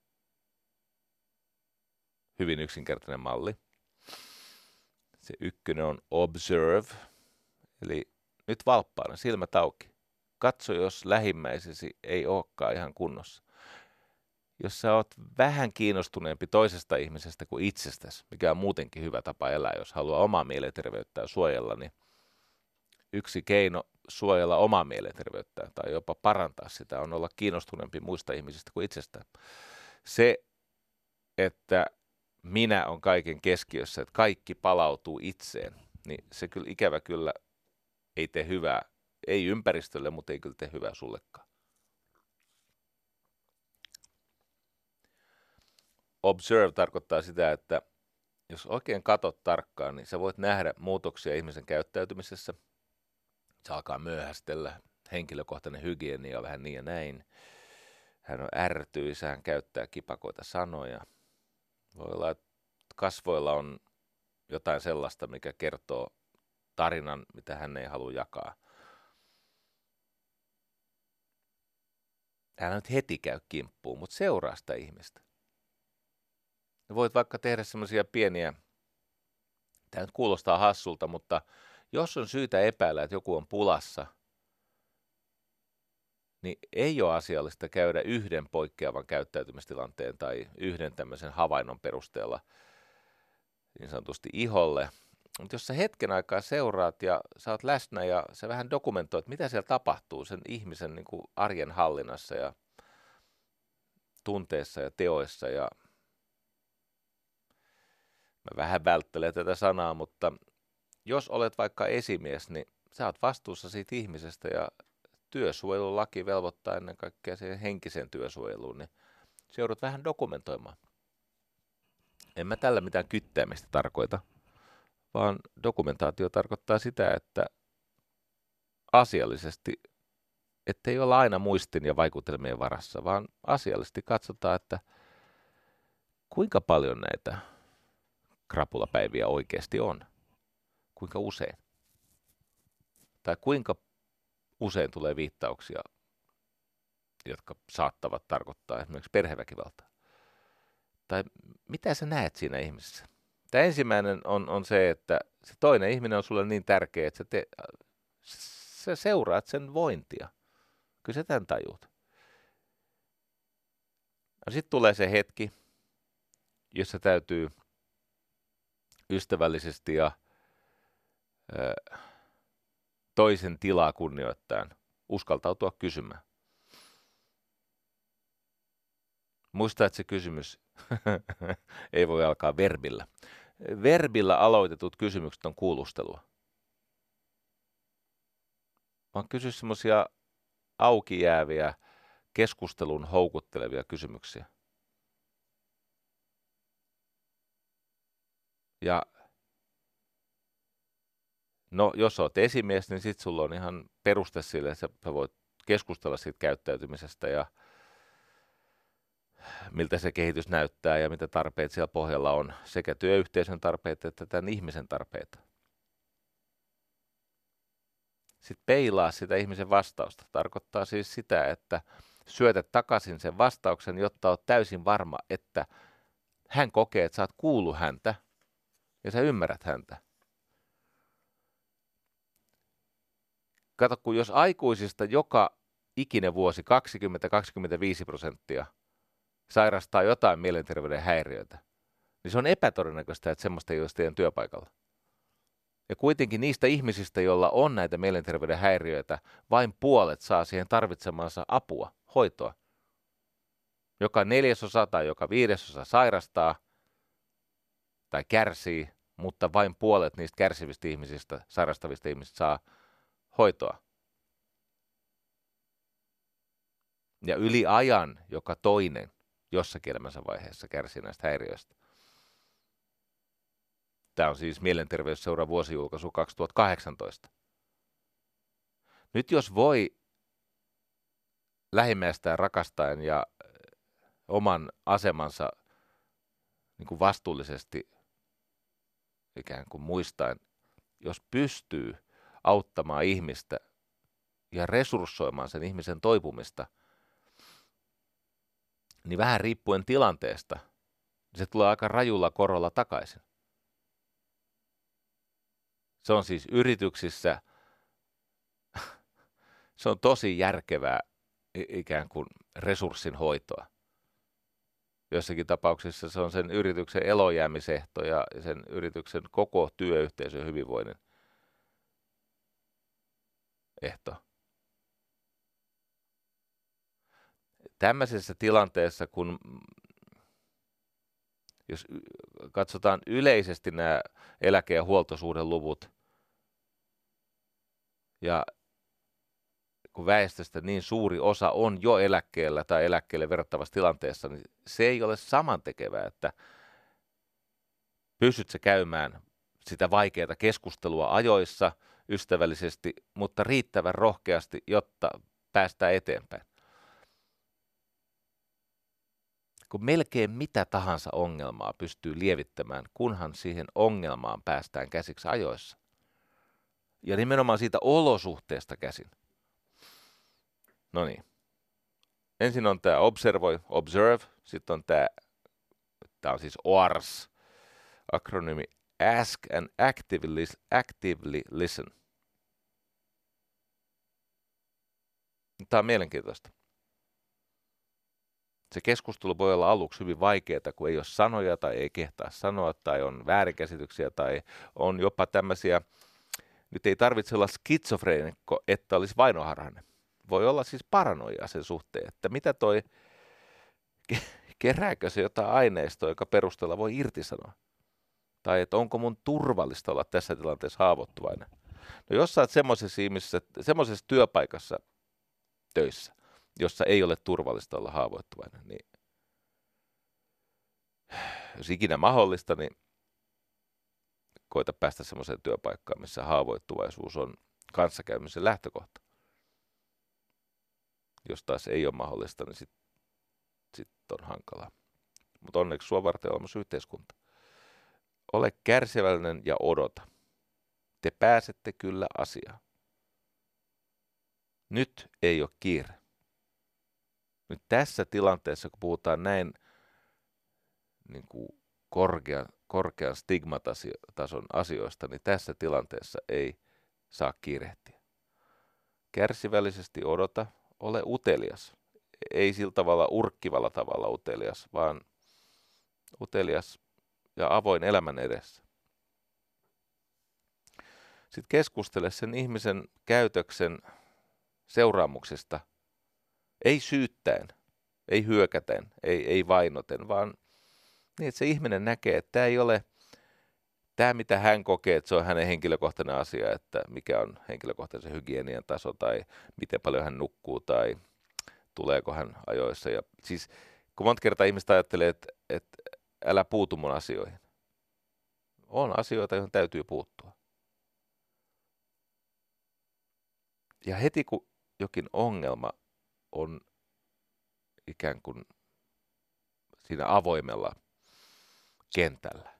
Hyvin yksinkertainen malli. Se ykkönen on observe, eli nyt valppaana, silmät auki. Katso, jos lähimmäisesi ei olekaan ihan kunnossa. Jos sä oot vähän kiinnostuneempi toisesta ihmisestä kuin itsestäsi, mikä on muutenkin hyvä tapa elää, jos haluaa omaa mielenterveyttää suojella, niin yksi keino suojella omaa mielenterveyttä tai jopa parantaa sitä on olla kiinnostuneempi muista ihmisistä kuin itsestään. Se, että minä on kaiken keskiössä, että kaikki palautuu itseen, niin se kyllä ikävä kyllä ei tee hyvää, ei ympäristölle, mutta ei kyllä tee hyvää sullekaan. Observe tarkoittaa sitä, että jos oikein katot tarkkaan, niin sä voit nähdä muutoksia ihmisen käyttäytymisessä. Se alkaa myöhästellä, henkilökohtainen hygienia vähän niin ja näin. Hän on ärtyisä, hän käyttää kipakoita sanoja. Voi olla, että kasvoilla on jotain sellaista, mikä kertoo tarinan, mitä hän ei halua jakaa. Hän nyt heti käy kimppuun, mutta seuraa sitä ihmistä. Ja voit vaikka tehdä semmoisia pieniä, tämä nyt kuulostaa hassulta, mutta jos on syytä epäillä, että joku on pulassa, niin ei ole asiallista käydä yhden poikkeavan käyttäytymistilanteen tai yhden tämmöisen havainnon perusteella niin sanotusti iholle. Mutta jos sä hetken aikaa seuraat ja sä oot läsnä ja sä vähän dokumentoit, mitä siellä tapahtuu sen ihmisen niin kuin arjen hallinnassa ja tunteissa ja teoissa ja mä vähän välttelen tätä sanaa, mutta jos olet vaikka esimies, niin sä oot vastuussa siitä ihmisestä ja työsuojelulaki velvoittaa ennen kaikkea siihen henkiseen työsuojeluun, niin se joudut vähän dokumentoimaan. En mä tällä mitään kyttäämistä tarkoita, vaan dokumentaatio tarkoittaa sitä, että asiallisesti, ettei olla aina muistin ja vaikutelmien varassa, vaan asiallisesti katsotaan, että kuinka paljon näitä krapulapäiviä oikeasti on, kuinka usein, tai kuinka usein tulee viittauksia, jotka saattavat tarkoittaa esimerkiksi perheväkivaltaa. Tai mitä sä näet siinä ihmisessä? Tämä ensimmäinen on, on se, että se toinen ihminen on sulle niin tärkeä, että sä, te, sä seuraat sen vointia. Kyllä sä tämän tajuut. Sitten tulee se hetki, jossa täytyy ystävällisesti ja ö, toisen tilaa kunnioittaen uskaltautua kysymään. Muista, että se kysymys ei voi alkaa verbillä. verbillä aloitetut kysymykset on kuulustelua. Vaan kysy semmoisia auki jääviä, keskustelun houkuttelevia kysymyksiä. Ja no, jos olet esimies, niin sitten sulla on ihan peruste sille, että sä voit keskustella siitä käyttäytymisestä ja miltä se kehitys näyttää ja mitä tarpeet siellä pohjalla on, sekä työyhteisön tarpeet että tämän ihmisen tarpeet. Sitten peilaa sitä ihmisen vastausta. Tarkoittaa siis sitä, että syötät takaisin sen vastauksen, jotta olet täysin varma, että hän kokee, että sä oot kuullut häntä ja sä ymmärrät häntä. Kato, kun jos aikuisista joka ikinen vuosi kaksikymmentä kaksikymmentäviisi prosenttia sairastaa jotain mielenterveyden häiriöitä, niin se on epätodennäköistä, että semmoista ei olisi teidän työpaikalla. Ja kuitenkin niistä ihmisistä, joilla on näitä mielenterveyden häiriöitä, vain puolet saa siihen tarvitsemaansa apua, hoitoa. Joka neljäsosa tai joka viidesosa sairastaa tai kärsii, mutta vain puolet niistä kärsivistä ihmisistä, sairastavista ihmisistä saa hoitoa. Ja yli ajan joka toinen jossakin elämänsä vaiheessa kärsii näistä häiriöistä. Tämä on siis Mielenterveysseura vuosijulkaisu kaksituhattakahdeksantoista. Nyt jos voi lähimmäistään rakastaen ja oman asemansa niin kuin vastuullisesti ikään kuin muistaen, jos pystyy auttamaan ihmistä ja resurssoimaan sen ihmisen toipumista, niin vähän riippuen tilanteesta, se tulee aika rajulla korolla takaisin. Se on siis yrityksissä, se on tosi järkevää ikään kuin resurssin hoitoa. Joissakin tapauksissa se on sen yrityksen elojäämisehto ja sen yrityksen koko työyhteisön hyvinvoinnin ehto. Tämmöisessä tilanteessa, kun jos katsotaan yleisesti nämä eläke- ja huoltosuhdeluvut, ja kun väestöstä niin suuri osa on jo eläkkeellä tai eläkkeelle verrattavassa tilanteessa, niin se ei ole samantekevää, että pystyt sä käymään sitä vaikeaa keskustelua ajoissa, ystävällisesti, mutta riittävän rohkeasti, jotta päästään eteenpäin. Kun melkein mitä tahansa ongelmaa pystyy lievittämään, kunhan siihen ongelmaan päästään käsiksi ajoissa. Ja nimenomaan siitä olosuhteesta käsin. No niin. Ensin on tämä observoi, observe, sitten on tämä, tämä on siis O A R S, akronyymi Ask and Actively, actively Listen. Tämä on mielenkiintoista. Se keskustelu voi olla aluksi hyvin vaikeaa, kun ei ole sanoja tai ei kehtaa sanoa tai on väärinkäsityksiä tai on jopa tämmöisiä, nyt ei tarvitse olla skitsofreenikko, että olisi vainoharhainen. Voi olla siis paranoia sen suhteen, että mitä toi, kerääkö se jotain aineistoa, joka perusteella voi irtisanoa. Tai että onko mun turvallista olla tässä tilanteessa haavoittuvainen. No jos sä oot semmoisessa ihmisessä, semmoisessa työpaikassa töissä, jossa ei ole turvallista olla haavoittuvainen, niin jos ikinä mahdollista, niin koita päästä semmoiseen työpaikkaan, missä haavoittuvaisuus on kanssakäymisen lähtökohta. Jos taas ei ole mahdollista, niin sitten sit on hankalaa. Mutta onneksi sua varten on olemassa yhteiskunta. Ole kärsivällinen ja odota. Te pääsette kyllä asiaan. Nyt ei ole kiire. Nyt tässä tilanteessa, kun puhutaan näin niin kuin korkean, korkean stigmatason asioista, niin tässä tilanteessa ei saa kiirehtiä. Kärsivällisesti odota, ole utelias. Ei sillä tavalla urkkivalla tavalla utelias, vaan utelias ja avoin elämän edessä. Sitten keskustele sen ihmisen käytöksen seuraamuksista, ei syyttäen, ei hyökäten, ei, ei vainoten, vaan niin, että se ihminen näkee, että tämä ei ole tämä, mitä hän kokee, että se on hänen henkilökohtainen asia, että mikä on henkilökohtaisen hygienian taso tai miten paljon hän nukkuu tai tuleeko hän ajoissa. Ja siis kun monta kertaa ihmistä ajattelee, että, että älä puutu mun asioihin. On asioita, joihin täytyy puuttua. Ja heti kun jokin ongelma on ikään kuin siinä avoimella kentällä,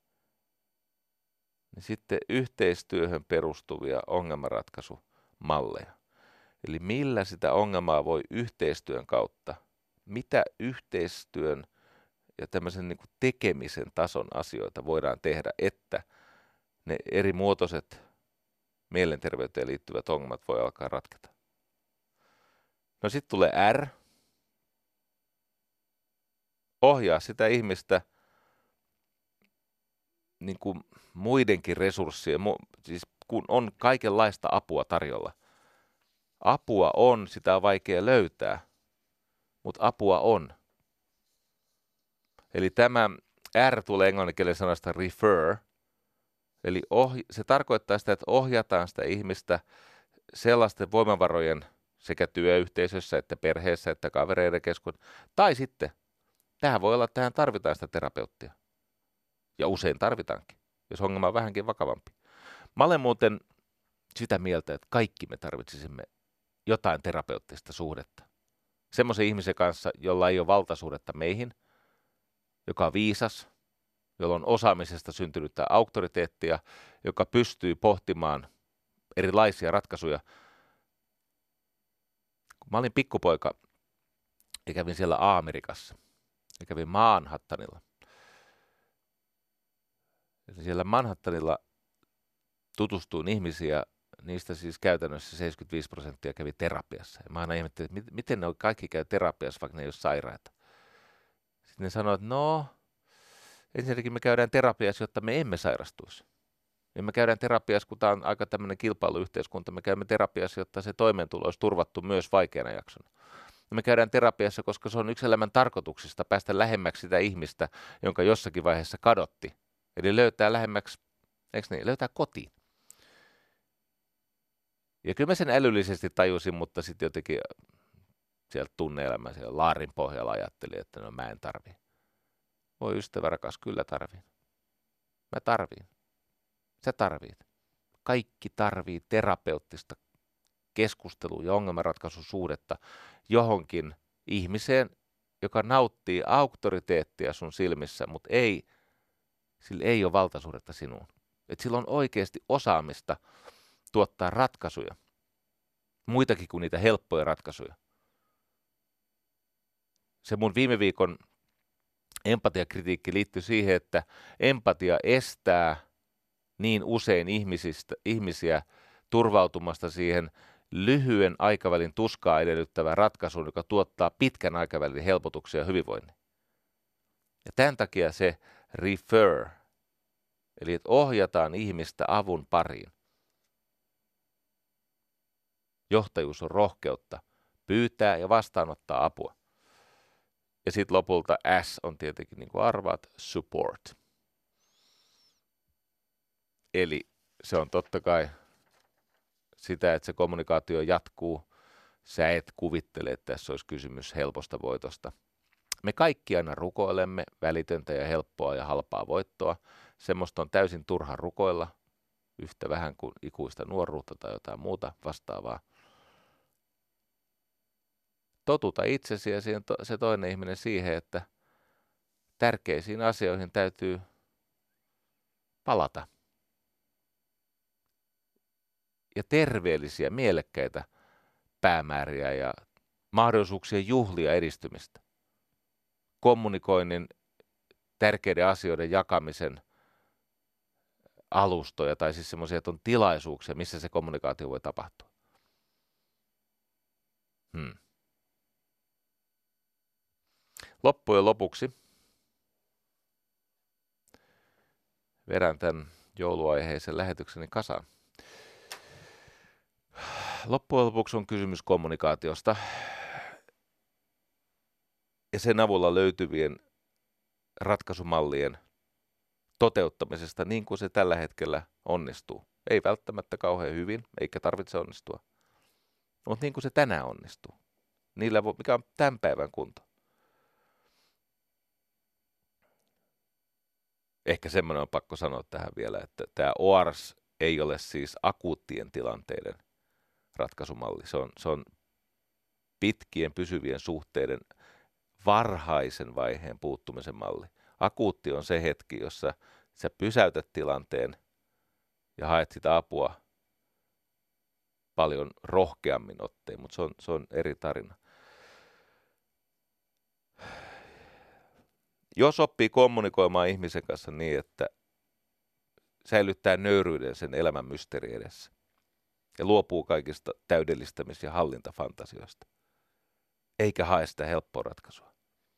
niin sitten yhteistyöhön perustuvia ongelmanratkaisumalleja. Eli millä sitä ongelmaa voi yhteistyön kautta, mitä yhteistyön ja tämmöisen niin kuin tekemisen tason asioita voidaan tehdä, että ne eri muotoiset mielenterveyteen liittyvät ongelmat voi alkaa ratketa. No sitten tulee R. Ohjaa sitä ihmistä niin kuin muidenkin resurssien, siis kun on kaikenlaista apua tarjolla. Apua on, sitä on vaikea löytää, mutta apua on. Eli tämä R tulee englanninkielen sanasta refer, eli ohj- se tarkoittaa sitä, että ohjataan sitä ihmistä sellaisten voimavarojen sekä työyhteisössä, että perheessä, että kavereiden keskuudessa, tai sitten tähän voi olla, että tähän tarvitaan sitä terapeuttia. Ja usein tarvitaankin, jos ongelma on vähänkin vakavampi. Mä olen muuten sitä mieltä, että kaikki me tarvitsisimme jotain terapeuttista suhdetta. Semmoisen ihmisen kanssa, jolla ei ole valtasuhdetta meihin, joka on viisas, jolla on osaamisesta syntynyttä auktoriteettia, joka pystyy pohtimaan erilaisia ratkaisuja. Kun mä olin pikkupoika ja kävin siellä Amerikassa ja kävin Manhattanilla. Eli siellä Manhattanilla tutustuin ihmisiä, niistä siis käytännössä seitsemänkymmentäviisi prosenttia kävi terapiassa. Ja mä aina ihmettelin, että miten ne kaikki käy terapiassa, vaikka ne ei ole sairaita. Sitten ne sanoivat, että no, ensinnäkin me käydään terapiassa, jotta me emme sairastuisi. Ja me käydään terapiassa, kun tämä on aika tämmöinen kilpailuyhteiskunta, me käymme terapiassa, jotta se toimeentulo olisi turvattu myös vaikeana jaksona. Ja me käydään terapiassa, koska se on yksi elämän tarkoituksista päästä lähemmäksi sitä ihmistä, jonka jossakin vaiheessa kadotti. Eli löytää lähemmäksi, eikö niin, löytää kotiin. Ja kyllä mä sen älyllisesti tajusin, mutta sitten jotenkin sieltä tunne-elämä siellä laarin pohjalla ajattelin, että no mä en tarvii. Voi ystävä rakas, kyllä tarviin. Mä tarviin. Sä tarvit. Kaikki tarvii terapeuttista keskustelua ja ongelmanratkaisusuhdetta johonkin ihmiseen, joka nauttii auktoriteettia sun silmissä, mutta ei, sillä ei ole valtasuhdetta sinuun. Et sillä on oikeasti osaamista tuottaa ratkaisuja, muitakin kuin niitä helppoja ratkaisuja. Se mun viime viikon empatiakritiikki liittyy siihen, että empatia estää niin usein ihmisistä, ihmisiä turvautumasta siihen lyhyen aikavälin tuskaa edellyttävään ratkaisuun, joka tuottaa pitkän aikavälin helpotuksia ja hyvinvoinnin. Ja tämän takia se refer, eli että ohjataan ihmistä avun pariin. Johtajuus on rohkeutta pyytää ja vastaanottaa apua. Ja sitten lopulta S on tietenkin, niin kuin arvaat, support. Eli se on totta kai sitä, että se kommunikaatio jatkuu. Sä et kuvittele, että tässä olisi kysymys helposta voitosta. Me kaikki aina rukoilemme välitöntä ja helppoa ja halpaa voittoa. Semmoista on täysin turha rukoilla, yhtä vähän kuin ikuista nuoruutta tai jotain muuta vastaavaa. Totuta itsesi ja se toinen ihminen siihen, että tärkeisiin asioihin täytyy palata. Ja terveellisiä, mielekkäitä päämääriä ja mahdollisuuksia juhlia edistymistä. Kommunikoinnin, tärkeiden asioiden jakamisen alustoja, tai siis semmoisia, että on tilaisuuksia, missä se kommunikaatio voi tapahtua. Hmm. Loppujen lopuksi vedän tämän jouluaiheisen lähetykseni kasaan. Loppujen lopuksi on kysymys kommunikaatiosta ja sen avulla löytyvien ratkaisumallien toteuttamisesta niin kuin se tällä hetkellä onnistuu. Ei välttämättä kauhean hyvin, eikä tarvitse onnistua, mutta niin kuin se tänään onnistuu. Niillä voi, mikä on tämän päivän kunto. Ehkä semmoinen on pakko sanoa tähän vielä, että tämä O R S ei ole siis akuuttien tilanteiden ratkaisumalli. Se on, se on pitkien pysyvien suhteiden varhaisen vaiheen puuttumisen malli. Akuutti on se hetki, jossa sä pysäytät tilanteen ja haet sitä apua paljon rohkeammin otteen, mutta se on, se on eri tarina. Jos oppii kommunikoimaan ihmisen kanssa niin, että säilyttää nöyryyden sen elämän mysteeri edessä ja luopuu kaikista täydellistämis- ja hallintafantasioista, eikä hae sitä helppoa ratkaisua,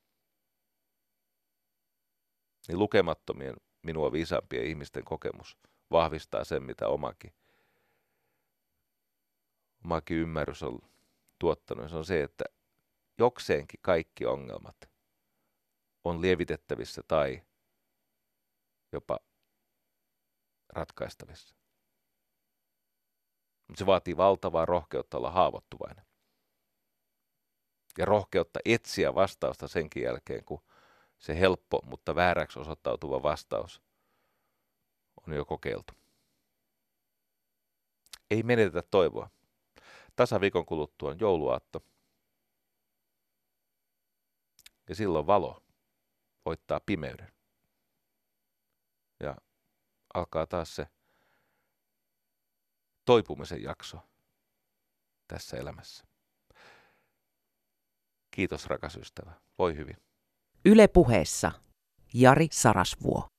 niin lukemattomien minua viisaampien ihmisten kokemus vahvistaa sen, mitä omakin, omakin ymmärrys on tuottanut. Se on se, että jokseenkin kaikki ongelmat on lievitettävissä tai jopa ratkaistavissa. Se vaatii valtavaa rohkeutta olla haavoittuvainen. Ja rohkeutta etsiä vastausta senkin jälkeen, kun se helppo, mutta vääräksi osoittautuva vastaus on jo kokeiltu. Ei menetetä toivoa. Tasaviikon kuluttua on jouluaatto. Ja silloin valo voittaa pimeyden. Ja alkaa taas se toipumisen jakso tässä elämässä. Kiitos rakas ystävä. Voi hyvin. Yle Puheessa Jari Sarasvuo.